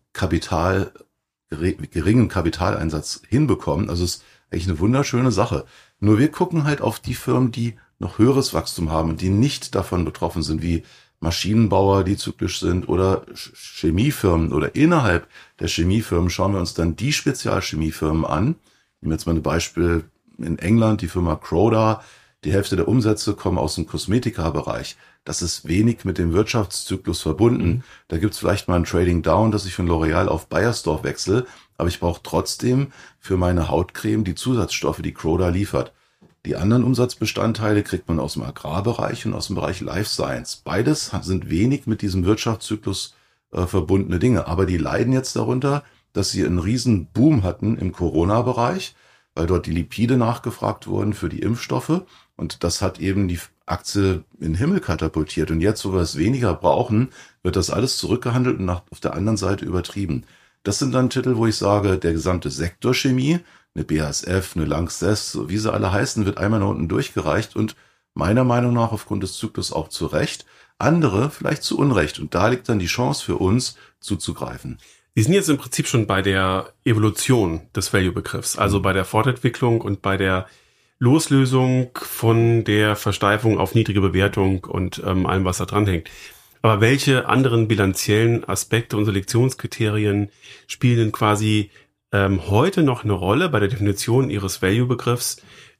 geringen Kapitaleinsatz hinbekommen. Also es ist eigentlich eine wunderschöne Sache. Nur wir gucken halt auf die Firmen, die noch höheres Wachstum haben und die nicht davon betroffen sind, wie Maschinenbauer, die zyklisch sind oder Chemiefirmen oder innerhalb der Chemiefirmen schauen wir uns dann die Spezialchemiefirmen an. Ich nehme jetzt mal ein Beispiel in England, die Firma Croda. Die Hälfte der Umsätze kommen aus dem Kosmetika-Bereich. Das ist wenig mit dem Wirtschaftszyklus verbunden. Da gibt's vielleicht mal ein Trading Down, dass ich von L'Oreal auf Beiersdorf wechsle, aber ich brauche trotzdem für meine Hautcreme die Zusatzstoffe, die Croda liefert. Die anderen Umsatzbestandteile kriegt man aus dem Agrarbereich und aus dem Bereich Life Science. Beides sind wenig mit diesem Wirtschaftszyklus verbundene Dinge, aber die leiden jetzt darunter, dass sie einen riesen Boom hatten im Corona-Bereich, weil dort die Lipide nachgefragt wurden für die Impfstoffe und das hat eben die Aktie in den Himmel katapultiert. Und jetzt, wo wir es weniger brauchen, wird das alles zurückgehandelt und auf der anderen Seite übertrieben. Das sind dann Titel, wo ich sage, der gesamte Sektor Chemie, eine BASF, eine Lanxess, wie sie alle heißen, wird einmal nach unten durchgereicht und meiner Meinung nach aufgrund des Zyklus auch zu Recht, andere vielleicht zu Unrecht. Und da liegt dann die Chance für uns zuzugreifen. Sie sind jetzt im Prinzip schon bei der Evolution des Value-Begriffs, also bei der Fortentwicklung und bei der Loslösung von der Versteifung auf niedrige Bewertung und allem, was da dran hängt. Aber welche anderen bilanziellen Aspekte und Selektionskriterien spielen denn quasi heute noch eine Rolle bei der Definition Ihres Value-Begriffs,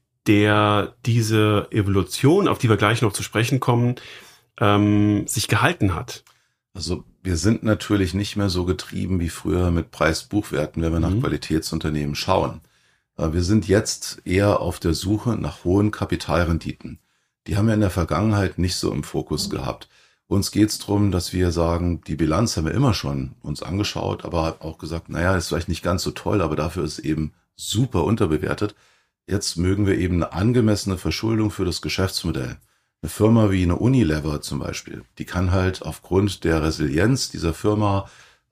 der diese Evolution, auf die wir gleich noch zu sprechen kommen, sich gehalten hat? Also wir sind natürlich nicht mehr so getrieben wie früher mit Preis-Buchwerten, wenn wir nach Qualitätsunternehmen schauen. Wir sind jetzt eher auf der Suche nach hohen Kapitalrenditen. Die haben wir in der Vergangenheit nicht so im Fokus gehabt. Uns geht es darum, dass wir sagen, die Bilanz haben wir immer schon uns angeschaut, aber auch gesagt, naja, ist vielleicht nicht ganz so toll, aber dafür ist es eben super unterbewertet. Jetzt mögen wir eben eine angemessene Verschuldung für das Geschäftsmodell. Eine Firma wie eine Unilever zum Beispiel, die kann halt aufgrund der Resilienz dieser Firma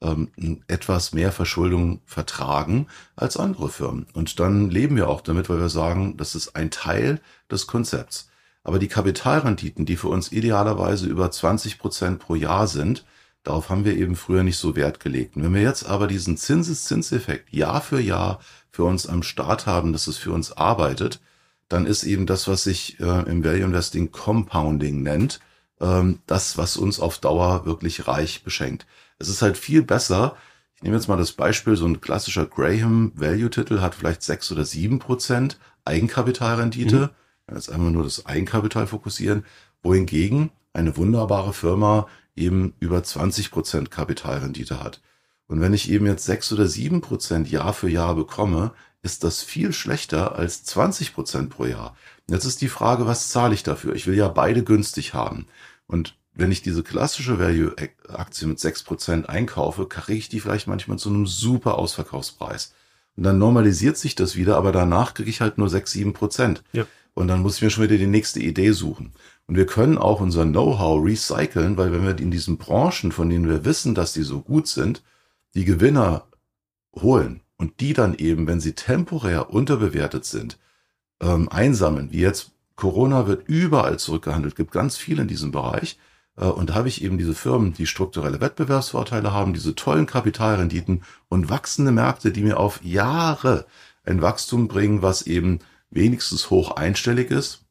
etwas mehr Verschuldung vertragen als andere Firmen. Und dann leben wir auch damit, weil wir sagen, das ist ein Teil des Konzepts. Aber die Kapitalrenditen, die für uns idealerweise über 20% pro Jahr sind, darauf haben wir eben früher nicht so Wert gelegt. Und wenn wir jetzt aber diesen Zinseszinseffekt Jahr für Jahr für uns am Start haben, dass es für uns arbeitet, dann ist eben das, was sich im Value Investing Compounding nennt, das, was uns auf Dauer wirklich reich beschenkt. Es ist halt viel besser. Ich nehme jetzt mal das Beispiel, so ein klassischer Graham-Value-Titel hat vielleicht 6 oder 7% Eigenkapitalrendite. Jetzt einmal nur das Eigenkapital fokussieren, wohingegen eine wunderbare Firma eben über 20% Kapitalrendite hat. Und wenn ich eben jetzt 6 oder 7% Jahr für Jahr bekomme, ist das viel schlechter als 20% pro Jahr. Und jetzt ist die Frage, was zahle ich dafür? Ich will ja beide günstig haben. Und wenn ich diese klassische Value-Aktie mit 6% einkaufe, kriege ich die vielleicht manchmal zu einem super Ausverkaufspreis. Und dann normalisiert sich das wieder, aber danach kriege ich halt nur 6-7%. Ja. Und dann muss ich mir schon wieder die nächste Idee suchen. Und wir können auch unser Know-how recyceln, weil wenn wir in diesen Branchen, von denen wir wissen, dass die so gut sind, die Gewinner holen und die dann eben, wenn sie temporär unterbewertet sind, einsammeln, wie jetzt Corona wird überall zurückgehandelt, gibt ganz viel in diesem Bereich. Und da habe ich eben diese Firmen, die strukturelle Wettbewerbsvorteile haben, diese tollen Kapitalrenditen und wachsende Märkte, die mir auf Jahre ein Wachstum bringen, was eben wenigstens hoch einstellig ist,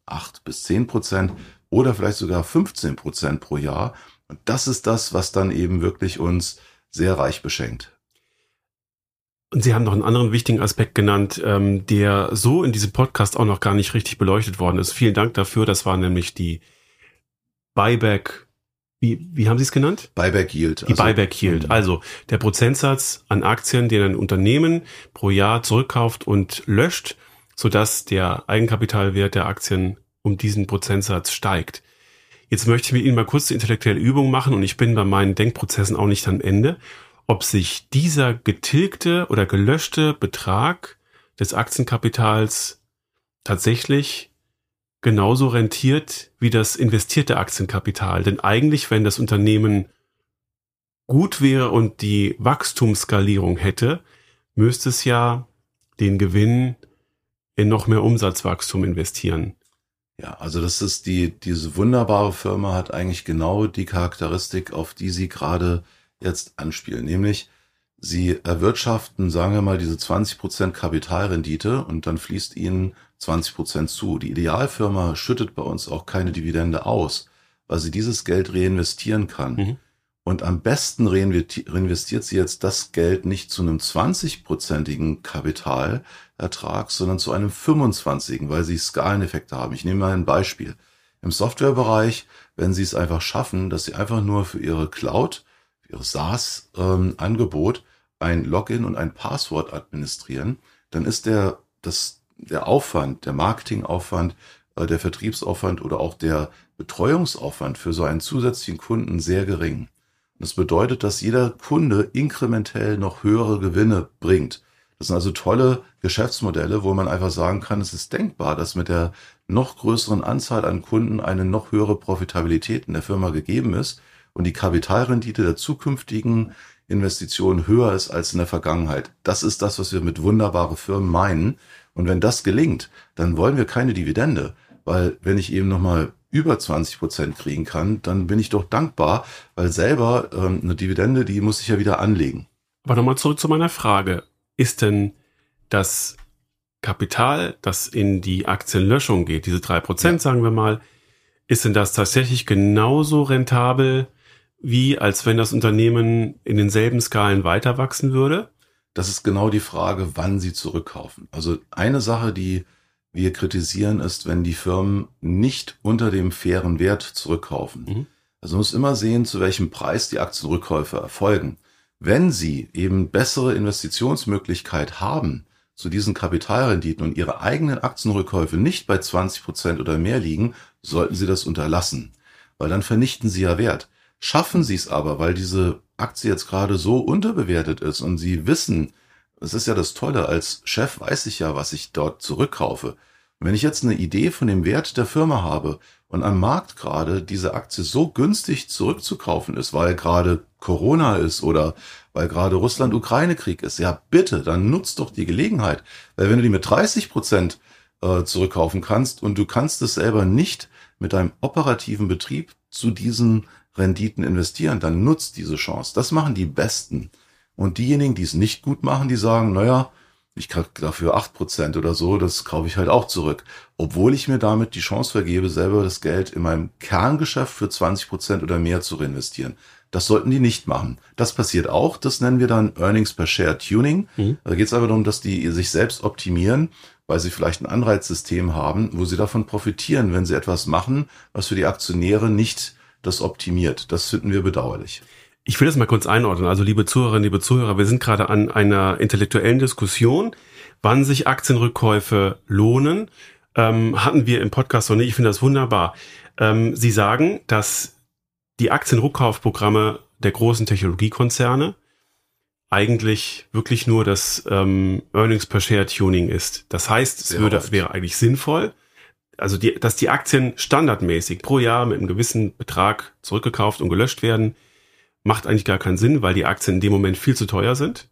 8-10% oder vielleicht sogar 15% pro Jahr. Und das ist das, was dann eben wirklich uns sehr reich beschenkt. Und Sie haben noch einen anderen wichtigen Aspekt genannt, der so in diesem Podcast auch noch gar nicht richtig beleuchtet worden ist. Vielen Dank dafür. Das war nämlich die Buyback. Wie haben Sie es genannt? Buyback Yield. Die Buyback Yield. Also der Prozentsatz an Aktien, den ein Unternehmen pro Jahr zurückkauft und löscht, sodass der Eigenkapitalwert der Aktien um diesen Prozentsatz steigt. Jetzt möchte ich mit Ihnen mal kurz die intellektuelle Übung machen und ich bin bei meinen Denkprozessen auch nicht am Ende, ob sich dieser getilgte oder gelöschte Betrag des Aktienkapitals tatsächlich genauso rentiert wie das investierte Aktienkapital. Denn eigentlich, wenn das Unternehmen gut wäre und die Wachstumsskalierung hätte, müsste es ja den Gewinn in noch mehr Umsatzwachstum investieren. Ja, also das ist diese wunderbare Firma hat eigentlich genau die Charakteristik, auf die Sie gerade jetzt anspielen. Nämlich, Sie erwirtschaften, sagen wir mal, diese 20% Kapitalrendite und dann fließt Ihnen 20% zu. Die Idealfirma schüttet bei uns auch keine Dividende aus, weil sie dieses Geld reinvestieren kann. Mhm. Und am besten reinvestiert sie jetzt das Geld nicht zu einem 20%igen Kapitalertrag, sondern zu einem 25%, weil sie Skaleneffekte haben. Ich nehme mal ein Beispiel. Im Softwarebereich, wenn sie es einfach schaffen, dass sie einfach nur für ihre Cloud, für ihre SaaS-Angebot ein Login und ein Passwort administrieren, dann ist der Aufwand, der Marketingaufwand, der Vertriebsaufwand oder auch der Betreuungsaufwand für so einen zusätzlichen Kunden sehr gering. Das bedeutet, dass jeder Kunde inkrementell noch höhere Gewinne bringt. Das sind also tolle Geschäftsmodelle, wo man einfach sagen kann, es ist denkbar, dass mit der noch größeren Anzahl an Kunden eine noch höhere Profitabilität in der Firma gegeben ist und die Kapitalrendite der zukünftigen Investitionen höher ist als in der Vergangenheit. Das ist das, was wir mit wunderbare Firmen meinen. Und wenn das gelingt, dann wollen wir keine Dividende, weil wenn ich eben nochmal über 20% kriegen kann, dann bin ich doch dankbar, weil selber eine Dividende, die muss ich ja wieder anlegen. Aber nochmal zurück zu meiner Frage. Ist denn das Kapital, das in die Aktienlöschung geht, diese 3%, sagen wir mal, ist denn das tatsächlich genauso rentabel, wie als wenn das Unternehmen in denselben Skalen weiter wachsen würde? Das ist genau die Frage, wann sie zurückkaufen. Also eine Sache, die wir kritisieren, ist, wenn die Firmen nicht unter dem fairen Wert zurückkaufen. Mhm. Also man muss immer sehen, zu welchem Preis die Aktienrückkäufe erfolgen. Wenn sie eben bessere Investitionsmöglichkeit haben zu diesen Kapitalrenditen und ihre eigenen Aktienrückkäufe nicht bei 20% oder mehr liegen, sollten sie das unterlassen, weil dann vernichten sie ja Wert. Schaffen sie es aber, weil diese Aktie jetzt gerade so unterbewertet ist und sie wissen, das ist ja das Tolle, als Chef weiß ich ja, was ich dort zurückkaufe. Und wenn ich jetzt eine Idee von dem Wert der Firma habe und am Markt gerade diese Aktie so günstig zurückzukaufen ist, weil gerade Corona ist oder weil gerade Russland-Ukraine-Krieg ist, ja bitte, dann nutzt doch die Gelegenheit. Weil wenn du die mit 30% zurückkaufen kannst und du kannst es selber nicht mit deinem operativen Betrieb zu diesen Renditen investieren, dann nutzt diese Chance. Das machen die Besten. Und diejenigen, die es nicht gut machen, die sagen, naja, ich kriege dafür 8% oder so, das kaufe ich halt auch zurück. Obwohl ich mir damit die Chance vergebe, selber das Geld in meinem Kerngeschäft für 20% oder mehr zu reinvestieren. Das sollten die nicht machen. Das passiert auch, das nennen wir dann Earnings per Share Tuning. Da geht es aber darum, dass die sich selbst optimieren, weil sie vielleicht ein Anreizsystem haben, wo sie davon profitieren, wenn sie etwas machen, was für die Aktionäre nicht das optimiert. Das finden wir bedauerlich. Ich will das mal kurz einordnen. Also liebe Zuhörerinnen, liebe Zuhörer, wir sind gerade an einer intellektuellen Diskussion, wann sich Aktienrückkäufe lohnen. Hatten wir im Podcast noch nicht. Ich finde das wunderbar. Sie sagen, dass die Aktienrückkaufprogramme der großen Technologiekonzerne eigentlich wirklich nur das Earnings per Share Tuning ist. Das heißt, es wäre eigentlich sinnvoll, also dass die Aktien standardmäßig pro Jahr mit einem gewissen Betrag zurückgekauft und gelöscht werden, macht eigentlich gar keinen Sinn, weil die Aktien in dem Moment viel zu teuer sind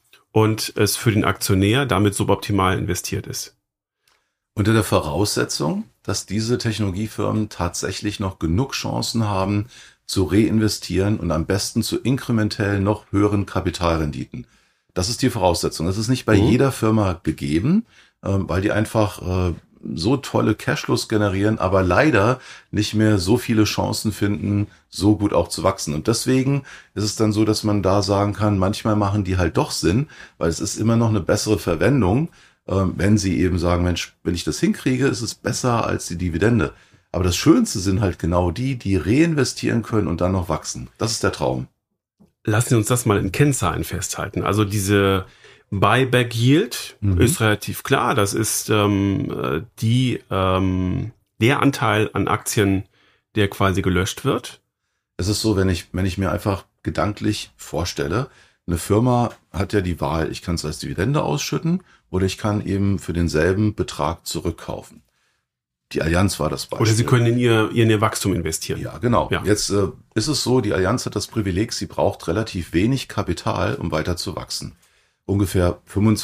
und es für den Aktionär damit suboptimal investiert ist. Unter der Voraussetzung, dass diese Technologiefirmen tatsächlich noch genug Chancen haben, zu reinvestieren und am besten zu inkrementell noch höheren Kapitalrenditen. Das ist die Voraussetzung. Das ist nicht bei jeder Firma gegeben, weil die einfach so tolle Cashflows generieren, aber leider nicht mehr so viele Chancen finden, so gut auch zu wachsen. Und deswegen ist es dann so, dass man da sagen kann, manchmal machen die halt doch Sinn, weil es ist immer noch eine bessere Verwendung, wenn sie eben sagen, Mensch, wenn ich das hinkriege, ist es besser als die Dividende. Aber das Schönste sind halt genau die reinvestieren können und dann noch wachsen. Das ist der Traum. Lassen Sie uns das mal in Kennzahlen festhalten. Also diese Buyback Yield ist relativ klar. Das ist der Anteil an Aktien, der quasi gelöscht wird. Es ist so, wenn ich mir einfach gedanklich vorstelle, Eine Firma hat ja die Wahl, ich kann es als Dividende ausschütten oder ich kann eben für denselben Betrag zurückkaufen. Die Allianz war das Beispiel. Oder Sie können in ihr Wachstum investieren. Ja, genau. Ja. Jetzt ist es so, die Allianz hat das Privileg, sie braucht relativ wenig Kapital, um weiter zu wachsen. Ungefähr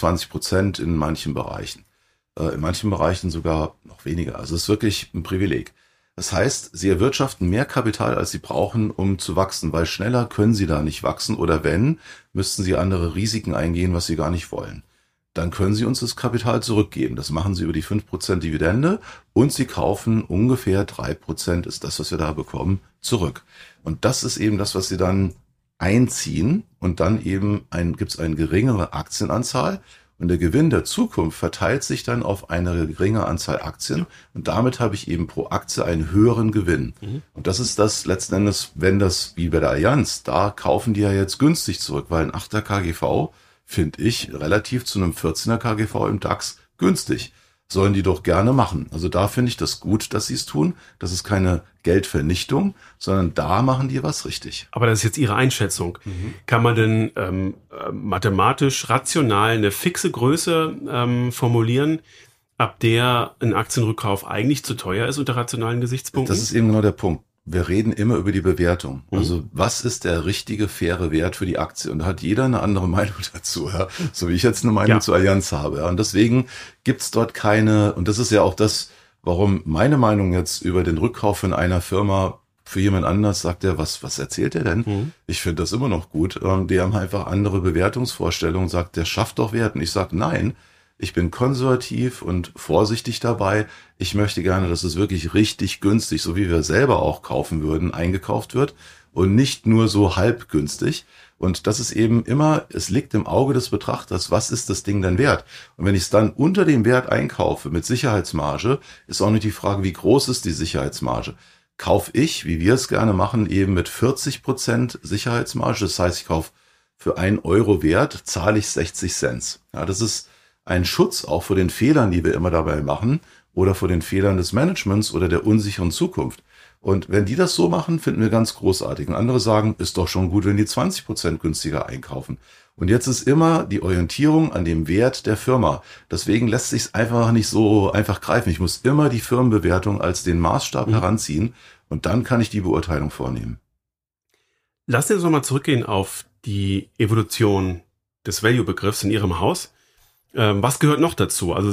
25% in manchen Bereichen. In manchen Bereichen sogar noch weniger. Also es ist wirklich ein Privileg. Das heißt, sie erwirtschaften mehr Kapital, als sie brauchen, um zu wachsen, weil schneller können sie da nicht wachsen oder wenn, müssten sie andere Risiken eingehen, was sie gar nicht wollen. Dann können sie uns das Kapital zurückgeben. Das machen sie über die 5% Dividende und sie kaufen ungefähr 3%, ist das, was wir da bekommen, zurück. Und das ist eben das, was sie dann einziehen und dann eben gibt es eine geringere Aktienanzahl und der Gewinn der Zukunft verteilt sich dann auf eine geringe Anzahl Aktien und damit habe ich eben pro Aktie einen höheren Gewinn. Und das ist das letzten Endes, wenn das wie bei der Allianz, da kaufen die ja jetzt günstig zurück, weil ein 8er KGV finde ich relativ zu einem 14er KGV im DAX günstig. Sollen die doch gerne machen. Also da finde ich das gut, dass sie es tun. Das ist keine Geldvernichtung, sondern da machen die was richtig. Aber das ist jetzt Ihre Einschätzung. Kann man denn mathematisch, rational eine fixe Größe formulieren, ab der ein Aktienrückkauf eigentlich zu teuer ist unter rationalen Gesichtspunkten? Das ist eben genau der Punkt. Wir reden immer über die Bewertung. Also was ist der richtige, faire Wert für die Aktie? Und da hat jeder eine andere Meinung dazu, ja? So wie ich jetzt eine Meinung zur Allianz habe. Ja? Und deswegen gibt's dort keine, und das ist ja auch das, warum meine Meinung jetzt über den Rückkauf in einer Firma für jemand anders sagt, was erzählt er denn? Ich finde das immer noch gut. Die haben einfach andere Bewertungsvorstellungen, sagt, der schafft doch Wert. Und ich sage, nein. Ich bin konservativ und vorsichtig dabei. Ich möchte gerne, dass es wirklich richtig günstig, so wie wir selber auch kaufen würden, eingekauft wird und nicht nur so halb günstig. Und das ist eben immer, es liegt im Auge des Betrachters, was ist das Ding denn wert? Und wenn ich es dann unter dem Wert einkaufe mit Sicherheitsmarge, ist auch nicht die Frage, wie groß ist die Sicherheitsmarge? Kaufe ich, wie wir es gerne machen, eben mit 40% Sicherheitsmarge. Das heißt, ich kaufe für 1 Euro Wert, zahle ich 60 Cent. Ja, das ist ein Schutz auch vor den Fehlern, die wir immer dabei machen oder vor den Fehlern des Managements oder der unsicheren Zukunft. Und wenn die das so machen, finden wir ganz großartig. Und andere sagen, ist doch schon gut, wenn die 20% günstiger einkaufen. Und jetzt ist immer die Orientierung an dem Wert der Firma. Deswegen lässt sich es einfach nicht so einfach greifen. Ich muss immer die Firmenbewertung als den Maßstab heranziehen und dann kann ich die Beurteilung vornehmen. Lassen Sie uns nochmal zurückgehen auf die Evolution des Value-Begriffs in Ihrem Haus. Was gehört noch dazu? Also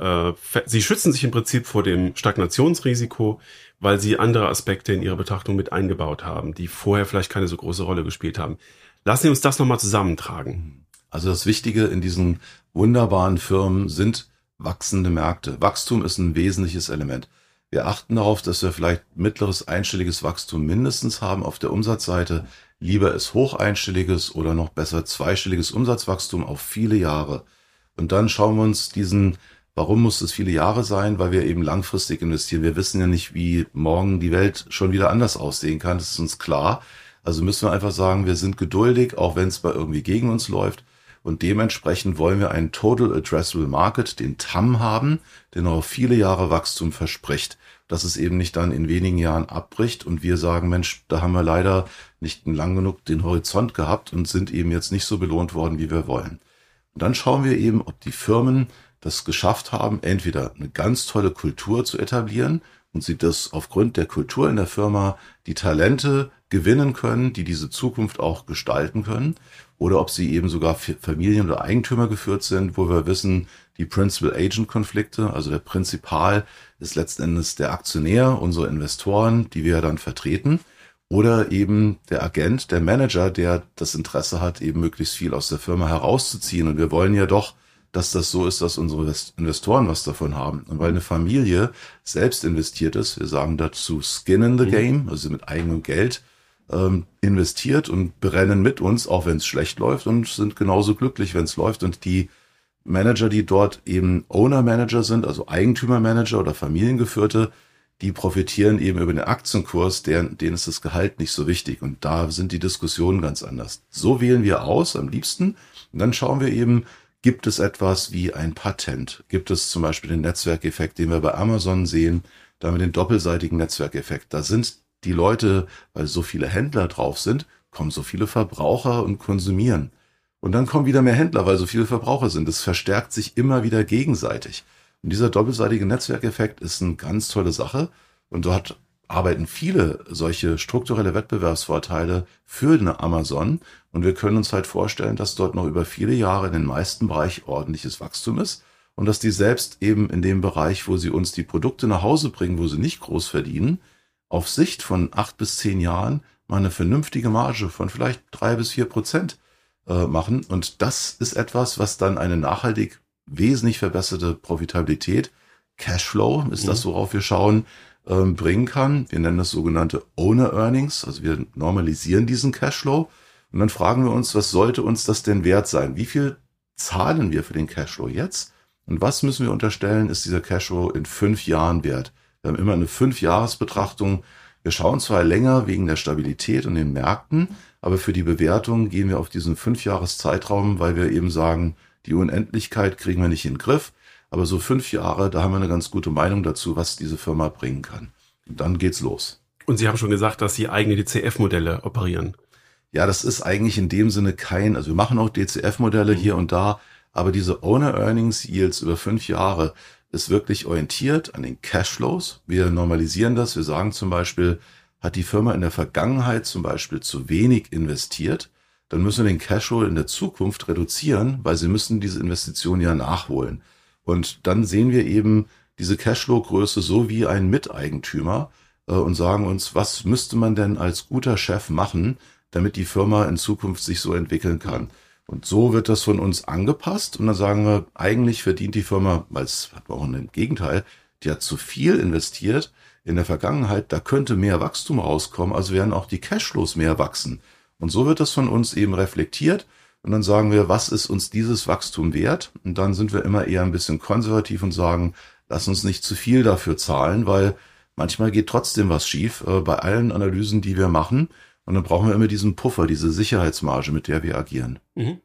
Sie schützen sich im Prinzip vor dem Stagnationsrisiko, weil Sie andere Aspekte in Ihre Betrachtung mit eingebaut haben, die vorher vielleicht keine so große Rolle gespielt haben. Lassen Sie uns das nochmal zusammentragen. Also das Wichtige in diesen wunderbaren Firmen sind wachsende Märkte. Wachstum ist ein wesentliches Element. Wir achten darauf, dass wir vielleicht mittleres einstelliges Wachstum mindestens haben auf der Umsatzseite. Lieber ist hocheinstelliges oder noch besser zweistelliges Umsatzwachstum auf viele Jahre. Und dann schauen wir uns warum muss es viele Jahre sein? Weil wir eben langfristig investieren. Wir wissen ja nicht, wie morgen die Welt schon wieder anders aussehen kann. Das ist uns klar. Also müssen wir einfach sagen, wir sind geduldig, auch wenn es mal irgendwie gegen uns läuft. Und dementsprechend wollen wir einen Total Addressable Market, den TAM haben, der noch auf viele Jahre Wachstum verspricht. Dass es eben nicht dann in wenigen Jahren abbricht und wir sagen, Mensch, da haben wir leider nicht lang genug den Horizont gehabt und sind eben jetzt nicht so belohnt worden, wie wir wollen. Und dann schauen wir eben, ob die Firmen das geschafft haben, entweder eine ganz tolle Kultur zu etablieren und sie das aufgrund der Kultur in der Firma die Talente gewinnen können, die diese Zukunft auch gestalten können, oder ob sie eben sogar Familien- oder Eigentümer geführt sind, wo wir wissen, die Principal-Agent-Konflikte, also der Prinzipal ist letzten Endes der Aktionär, unsere Investoren, die wir dann vertreten, oder eben der Agent, der Manager, der das Interesse hat, eben möglichst viel aus der Firma herauszuziehen. Und wir wollen ja doch, dass das so ist, dass unsere Investoren was davon haben. Und weil eine Familie selbst investiert ist, wir sagen dazu Skin in the Game, also mit eigenem Geld investiert und brennen mit uns, auch wenn es schlecht läuft und sind genauso glücklich, wenn es läuft. Und die Manager, die dort eben Owner-Manager sind, also Eigentümer-Manager oder Familiengeführte, die profitieren eben über den Aktienkurs, denen ist das Gehalt nicht so wichtig. Und da sind die Diskussionen ganz anders. So wählen wir aus, am liebsten. Und dann schauen wir eben, gibt es etwas wie ein Patent? Gibt es zum Beispiel den Netzwerkeffekt, den wir bei Amazon sehen, damit den doppelseitigen Netzwerkeffekt? Da sind die Leute, weil so viele Händler drauf sind, kommen so viele Verbraucher und konsumieren. Und dann kommen wieder mehr Händler, weil so viele Verbraucher sind. Das verstärkt sich immer wieder gegenseitig. Und dieser doppelseitige Netzwerkeffekt ist eine ganz tolle Sache. Und dort arbeiten viele solche strukturelle Wettbewerbsvorteile für eine Amazon. Und wir können uns halt vorstellen, dass dort noch über viele Jahre in den meisten Bereichen ordentliches Wachstum ist. Und dass die selbst eben in dem Bereich, wo sie uns die Produkte nach Hause bringen, wo sie nicht groß verdienen, auf Sicht von 8 bis 10 Jahren mal eine vernünftige Marge von vielleicht 3-4% machen. Und das ist etwas, was dann eine nachhaltig wesentlich verbesserte Profitabilität, Cashflow ist das, worauf wir schauen, bringen kann. Wir nennen das sogenannte Owner Earnings, also wir normalisieren diesen Cashflow und dann fragen wir uns, was sollte uns das denn wert sein? Wie viel zahlen wir für den Cashflow jetzt? Und was müssen wir unterstellen, ist dieser Cashflow in 5 Jahren wert? Wir haben immer eine 5-Jahres-Betrachtung. Wir schauen zwar länger wegen der Stabilität und den Märkten, aber für die Bewertung gehen wir auf diesen 5-Jahres-Zeitraum, weil wir eben sagen, die Unendlichkeit kriegen wir nicht in den Griff. Aber so 5 Jahre, da haben wir eine ganz gute Meinung dazu, was diese Firma bringen kann. Und dann geht's los. Und Sie haben schon gesagt, dass Sie eigene DCF-Modelle operieren. Ja, das ist eigentlich in dem Sinne also wir machen auch DCF-Modelle hier und da, aber diese Owner Earnings Yields über 5 Jahre ist wirklich orientiert an den Cashflows. Wir normalisieren das. Wir sagen zum Beispiel, hat die Firma in der Vergangenheit zum Beispiel zu wenig investiert, dann müssen wir den Cashflow in der Zukunft reduzieren, weil sie müssen diese Investition ja nachholen. Und dann sehen wir eben diese Cashflow-Größe so wie ein Miteigentümer und sagen uns, was müsste man denn als guter Chef machen, damit die Firma in Zukunft sich so entwickeln kann. Und so wird das von uns angepasst und dann sagen wir, eigentlich verdient die Firma, weil es hat auch ein Gegenteil, die hat zu viel investiert in der Vergangenheit, da könnte mehr Wachstum rauskommen, also werden auch die Cashflows mehr wachsen. Und so wird das von uns eben reflektiert. Und dann sagen wir, was ist uns dieses Wachstum wert? Und dann sind wir immer eher ein bisschen konservativ und sagen, lass uns nicht zu viel dafür zahlen, weil manchmal geht trotzdem was schief bei allen Analysen, die wir machen. Und dann brauchen wir immer diesen Puffer, diese Sicherheitsmarge, mit der wir agieren.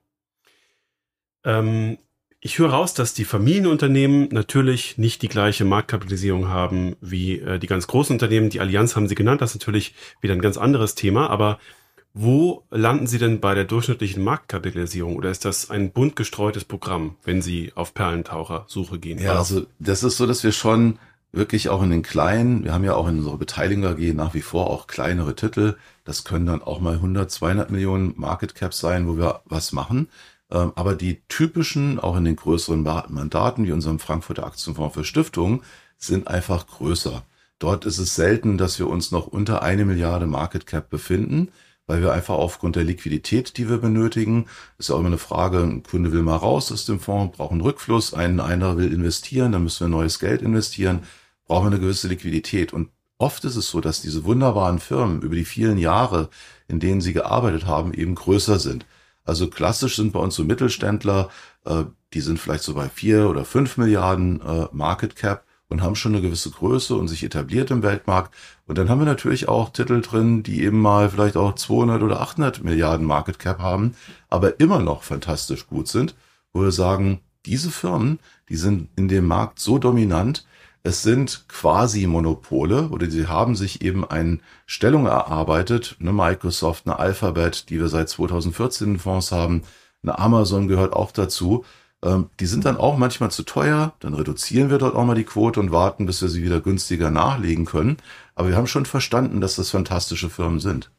Ich höre raus, dass die Familienunternehmen natürlich nicht die gleiche Marktkapitalisierung haben wie die ganz großen Unternehmen. Die Allianz haben Sie genannt, das ist natürlich wieder ein ganz anderes Thema, aber wo landen Sie denn bei der durchschnittlichen Marktkapitalisierung oder ist das ein bunt gestreutes Programm, wenn Sie auf Perlentauchersuche gehen? Ja, also das ist so, dass wir schon wirklich auch in den kleinen, wir haben ja auch in unserer Beteiligung AG nach wie vor auch kleinere Titel, das können dann auch mal 100, 200 Millionen Market Caps sein, wo wir was machen. Aber die typischen, auch in den größeren Mandaten, wie unserem Frankfurter Aktienfonds für Stiftungen, sind einfach größer. Dort ist es selten, dass wir uns noch unter 1 Milliarde Market Cap befinden, weil wir einfach aufgrund der Liquidität, die wir benötigen, ist ja auch immer eine Frage, ein Kunde will mal raus aus dem Fonds, braucht einen Rückfluss, einer will investieren, dann müssen wir neues Geld investieren, brauchen wir eine gewisse Liquidität. Und oft ist es so, dass diese wunderbaren Firmen über die vielen Jahre, in denen sie gearbeitet haben, eben größer sind. Also klassisch sind bei uns so Mittelständler, die sind vielleicht so bei 4 oder 5 Milliarden Market Cap und haben schon eine gewisse Größe und sich etabliert im Weltmarkt. Und dann haben wir natürlich auch Titel drin, die eben mal vielleicht auch 200 oder 800 Milliarden Market Cap haben, aber immer noch fantastisch gut sind, wo wir sagen, diese Firmen, die sind in dem Markt so dominant, es sind quasi Monopole oder sie haben sich eben eine Stellung erarbeitet, eine Microsoft, eine Alphabet, die wir seit 2014 in Fonds haben, eine Amazon gehört auch dazu. Die sind dann auch manchmal zu teuer, dann reduzieren wir dort auch mal die Quote und warten, bis wir sie wieder günstiger nachlegen können. Aber wir haben schon verstanden, dass das fantastische Firmen sind.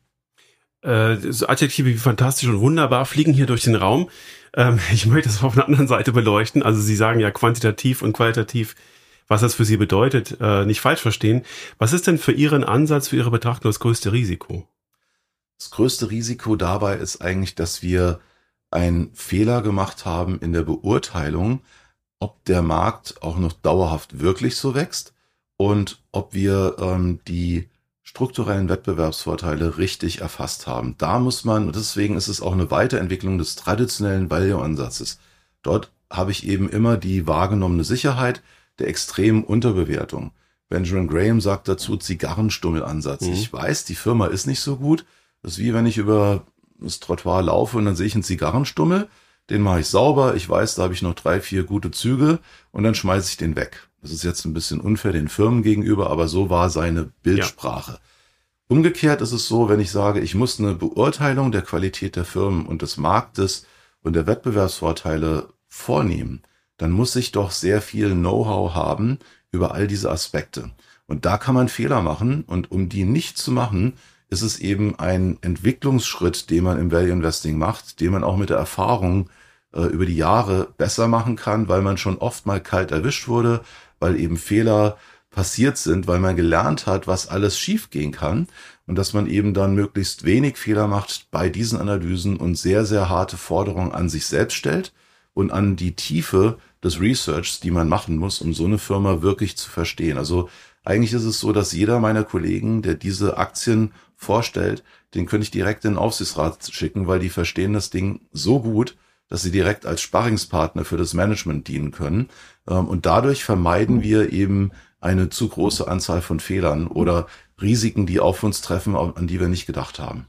So Adjektive wie fantastisch und wunderbar fliegen hier durch den Raum. Ich möchte das auf einer anderen Seite beleuchten. Also Sie sagen ja quantitativ und qualitativ, was das für Sie bedeutet, nicht falsch verstehen. Was ist denn für Ihren Ansatz, für Ihre Betrachtung das größte Risiko? Das größte Risiko dabei ist eigentlich, dass wir einen Fehler gemacht haben in der Beurteilung, ob der Markt auch noch dauerhaft wirklich so wächst und ob wir die strukturellen Wettbewerbsvorteile richtig erfasst haben. Da muss man, und deswegen ist es auch eine Weiterentwicklung des traditionellen Value-Ansatzes. Dort habe ich eben immer die wahrgenommene Sicherheit der extremen Unterbewertung. Benjamin Graham sagt dazu Zigarrenstummelansatz. Ich weiß, die Firma ist nicht so gut. Das ist wie wenn ich über das Trottoir laufe und dann sehe ich einen Zigarrenstummel, den mache ich sauber, ich weiß, da habe ich noch 3, 4 gute Züge und dann schmeiße ich den weg. Das ist jetzt ein bisschen unfair den Firmen gegenüber, aber so war seine Bildsprache. Ja. Umgekehrt ist es so, wenn ich sage, ich muss eine Beurteilung der Qualität der Firmen und des Marktes und der Wettbewerbsvorteile vornehmen, dann muss ich doch sehr viel Know-how haben über all diese Aspekte. Und da kann man Fehler machen, und um die nicht zu machen, ist es eben ein Entwicklungsschritt, den man im Value Investing macht, den man auch mit der Erfahrung über die Jahre besser machen kann, weil man schon oft mal kalt erwischt wurde, weil eben Fehler passiert sind, weil man gelernt hat, was alles schief gehen kann, und dass man eben dann möglichst wenig Fehler macht bei diesen Analysen und sehr, sehr harte Forderungen an sich selbst stellt und an die Tiefe des Researchs, die man machen muss, um so eine Firma wirklich zu verstehen. Also eigentlich ist es so, dass jeder meiner Kollegen, der diese Aktien vorstellt, den könnte ich direkt in den Aufsichtsrat schicken, weil die verstehen das Ding so gut, dass sie direkt als Sparringspartner für das Management dienen können. Und dadurch vermeiden wir eben eine zu große Anzahl von Fehlern oder Risiken, die auf uns treffen, an die wir nicht gedacht haben.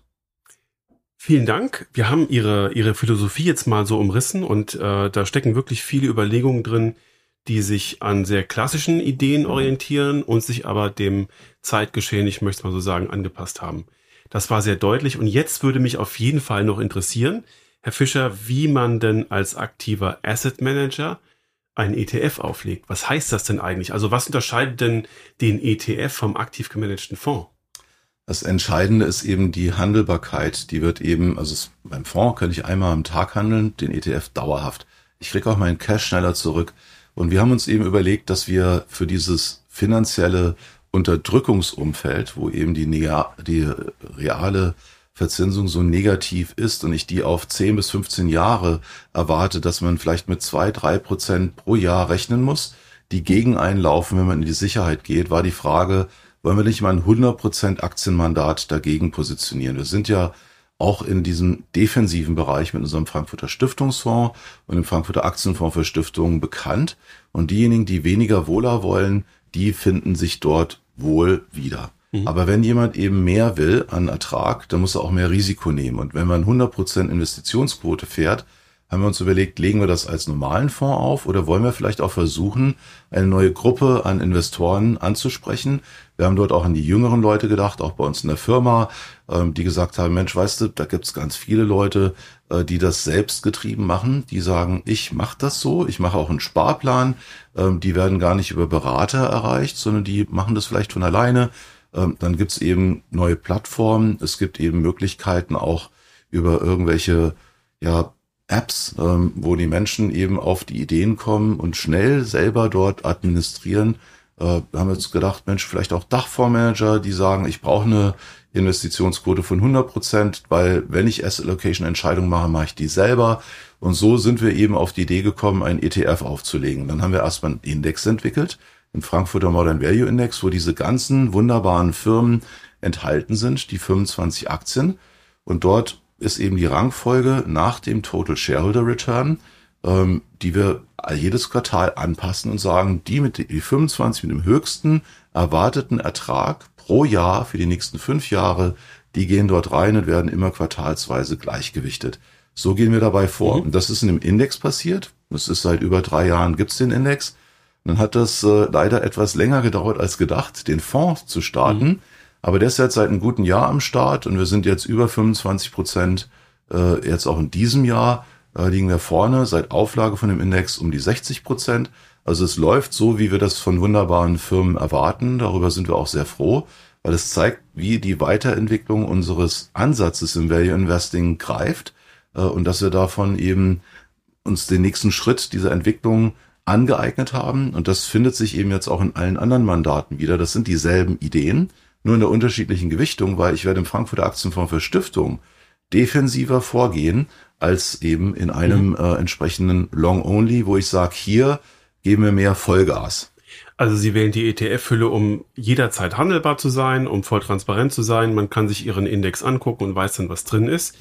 Vielen Dank. Wir haben Ihre Philosophie jetzt mal so umrissen, und da stecken wirklich viele Überlegungen drin, die sich an sehr klassischen Ideen orientieren und sich aber dem Zeitgeschehen, ich möchte es mal so sagen, angepasst haben. Das war sehr deutlich, und jetzt würde mich auf jeden Fall noch interessieren, Herr Fischer, wie man denn als aktiver Asset Manager einen ETF auflegt. Was heißt das denn eigentlich? Also was unterscheidet denn den ETF vom aktiv gemanagten Fonds? Das Entscheidende ist eben die Handelbarkeit. Die wird eben, also beim Fonds kann ich einmal am Tag handeln, den ETF dauerhaft. Ich kriege auch meinen Cash schneller zurück. Und wir haben uns eben überlegt, dass wir für dieses finanzielle Unterdrückungsumfeld, wo eben die reale Verzinsung so negativ ist und ich die auf 10 bis 15 Jahre erwarte, dass man vielleicht mit 2-3% pro Jahr rechnen muss, die gegen einlaufen, wenn man in die Sicherheit geht, war die Frage, wollen wir nicht mal ein 100% Aktienmandat dagegen positionieren? Wir sind ja auch in diesem defensiven Bereich mit unserem Frankfurter Stiftungsfonds und dem Frankfurter Aktienfonds für Stiftungen bekannt. Und diejenigen, die weniger Wohler wollen, die finden sich dort wohl wieder. Aber wenn jemand eben mehr will an Ertrag, dann muss er auch mehr Risiko nehmen. Und wenn man 100% Investitionsquote fährt, haben wir uns überlegt, legen wir das als normalen Fonds auf oder wollen wir vielleicht auch versuchen, eine neue Gruppe an Investoren anzusprechen. Wir haben dort auch an die jüngeren Leute gedacht, auch bei uns in der Firma, die gesagt haben, Mensch, weißt du, da gibt's ganz viele Leute, die das selbstgetrieben machen, die sagen, ich mache das so, ich mache auch einen Sparplan, die werden gar nicht über Berater erreicht, sondern die machen das vielleicht von alleine. Dann gibt's eben neue Plattformen, es gibt eben Möglichkeiten auch über irgendwelche Apps, wo die Menschen eben auf die Ideen kommen und schnell selber dort administrieren. Wir haben jetzt gedacht, Mensch, vielleicht auch Dachfondsmanager, die sagen, ich brauche eine Investitionsquote von 100%, weil wenn ich Asset Allocation Entscheidungen mache, mache ich die selber. Und so sind wir eben auf die Idee gekommen, einen ETF aufzulegen. Dann haben wir erstmal einen Index entwickelt, den Frankfurter Modern Value Index, wo diese ganzen wunderbaren Firmen enthalten sind, die 25 Aktien. Und dort ist eben die Rangfolge nach dem Total Shareholder Return, die wir jedes Quartal anpassen und sagen, die 25 mit dem höchsten erwarteten Ertrag pro Jahr für die nächsten 5 Jahre, die gehen dort rein und werden immer quartalsweise gleichgewichtet. So gehen wir dabei vor. Und das ist in dem Index passiert. Das ist seit über 3 Jahren gibt's den Index. Dann hat das leider etwas länger gedauert als gedacht, den Fonds zu starten. Aber der ist jetzt seit einem guten Jahr am Start und wir sind jetzt über 25%, jetzt auch in diesem Jahr liegen wir vorne, seit Auflage von dem Index um die 60%. Also es läuft so, wie wir das von wunderbaren Firmen erwarten. Darüber sind wir auch sehr froh, weil es zeigt, wie die Weiterentwicklung unseres Ansatzes im Value Investing greift und dass wir davon eben uns den nächsten Schritt dieser Entwicklung angeeignet haben. Und das findet sich eben jetzt auch in allen anderen Mandaten wieder. Das sind dieselben Ideen, nur in der unterschiedlichen Gewichtung, weil ich werde im Frankfurter Aktienfonds für Stiftungen defensiver vorgehen als eben in einem entsprechenden Long-Only, wo ich sage, hier geben wir mehr Vollgas. Also Sie wählen die ETF-Hülle, um jederzeit handelbar zu sein, um voll transparent zu sein. Man kann sich Ihren Index angucken und weiß dann, was drin ist.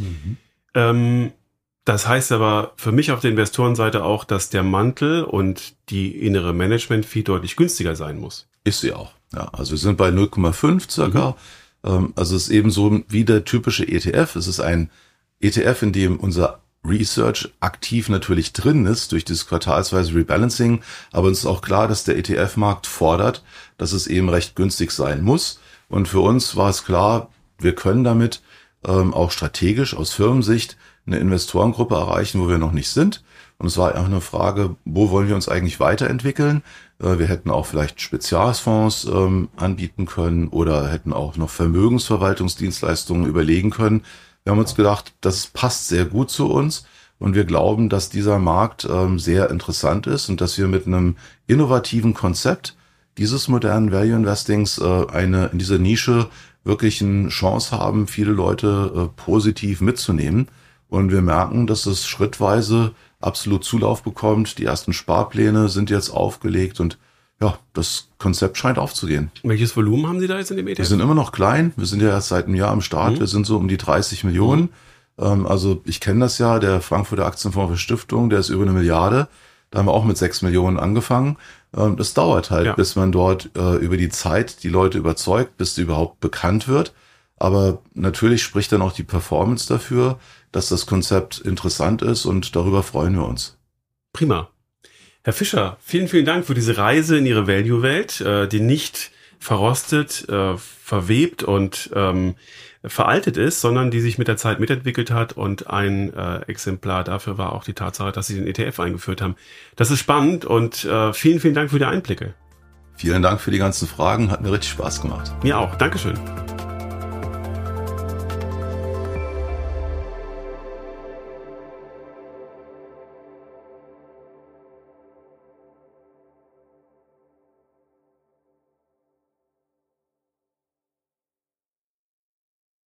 Das heißt aber für mich auf der Investorenseite auch, dass der Mantel und die innere Management-Fee deutlich günstiger sein muss. Ist sie auch. Ja, also wir sind bei 0,5 circa. Also es ist eben so wie der typische ETF. Es ist ein ETF, in dem unser Research aktiv natürlich drin ist durch dieses quartalsweise Rebalancing. Aber uns ist auch klar, dass der ETF-Markt fordert, dass es eben recht günstig sein muss. Und für uns war es klar, wir können damit auch strategisch aus Firmensicht eine Investorengruppe erreichen, wo wir noch nicht sind. Und es war einfach eine Frage, wo wollen wir uns eigentlich weiterentwickeln? Wir hätten auch vielleicht Spezialfonds anbieten können oder hätten auch noch Vermögensverwaltungsdienstleistungen überlegen können. Wir haben uns gedacht, das passt sehr gut zu uns und wir glauben, dass dieser Markt sehr interessant ist und dass wir mit einem innovativen Konzept dieses modernen Value Investings in dieser Nische wirklich eine Chance haben, viele Leute positiv mitzunehmen. Und wir merken, dass es schrittweise absolut Zulauf bekommt. Die ersten Sparpläne sind jetzt aufgelegt und ja, das Konzept scheint aufzugehen. Welches Volumen haben Sie da jetzt in dem ETF? Wir sind immer noch klein. Wir sind ja erst seit einem Jahr am Start. Wir sind so um die 30 Millionen. Also ich kenne das ja, der Frankfurter Aktienfonds für Stiftung, der ist über 1 Milliarde. Da haben wir auch mit 6 Millionen angefangen. Das dauert halt, bis man dort über die Zeit die Leute überzeugt, bis sie überhaupt bekannt wird. Aber natürlich spricht dann auch die Performance dafür, dass das Konzept interessant ist und darüber freuen wir uns. Prima. Herr Fischer, vielen, vielen Dank für diese Reise in Ihre Value-Welt, die nicht verrostet, verwebt und veraltet ist, sondern die sich mit der Zeit mitentwickelt hat und ein Exemplar dafür war auch die Tatsache, dass Sie den ETF eingeführt haben. Das ist spannend und vielen, vielen Dank für die Einblicke. Vielen Dank für die ganzen Fragen, hat mir richtig Spaß gemacht. Mir auch, Dankeschön.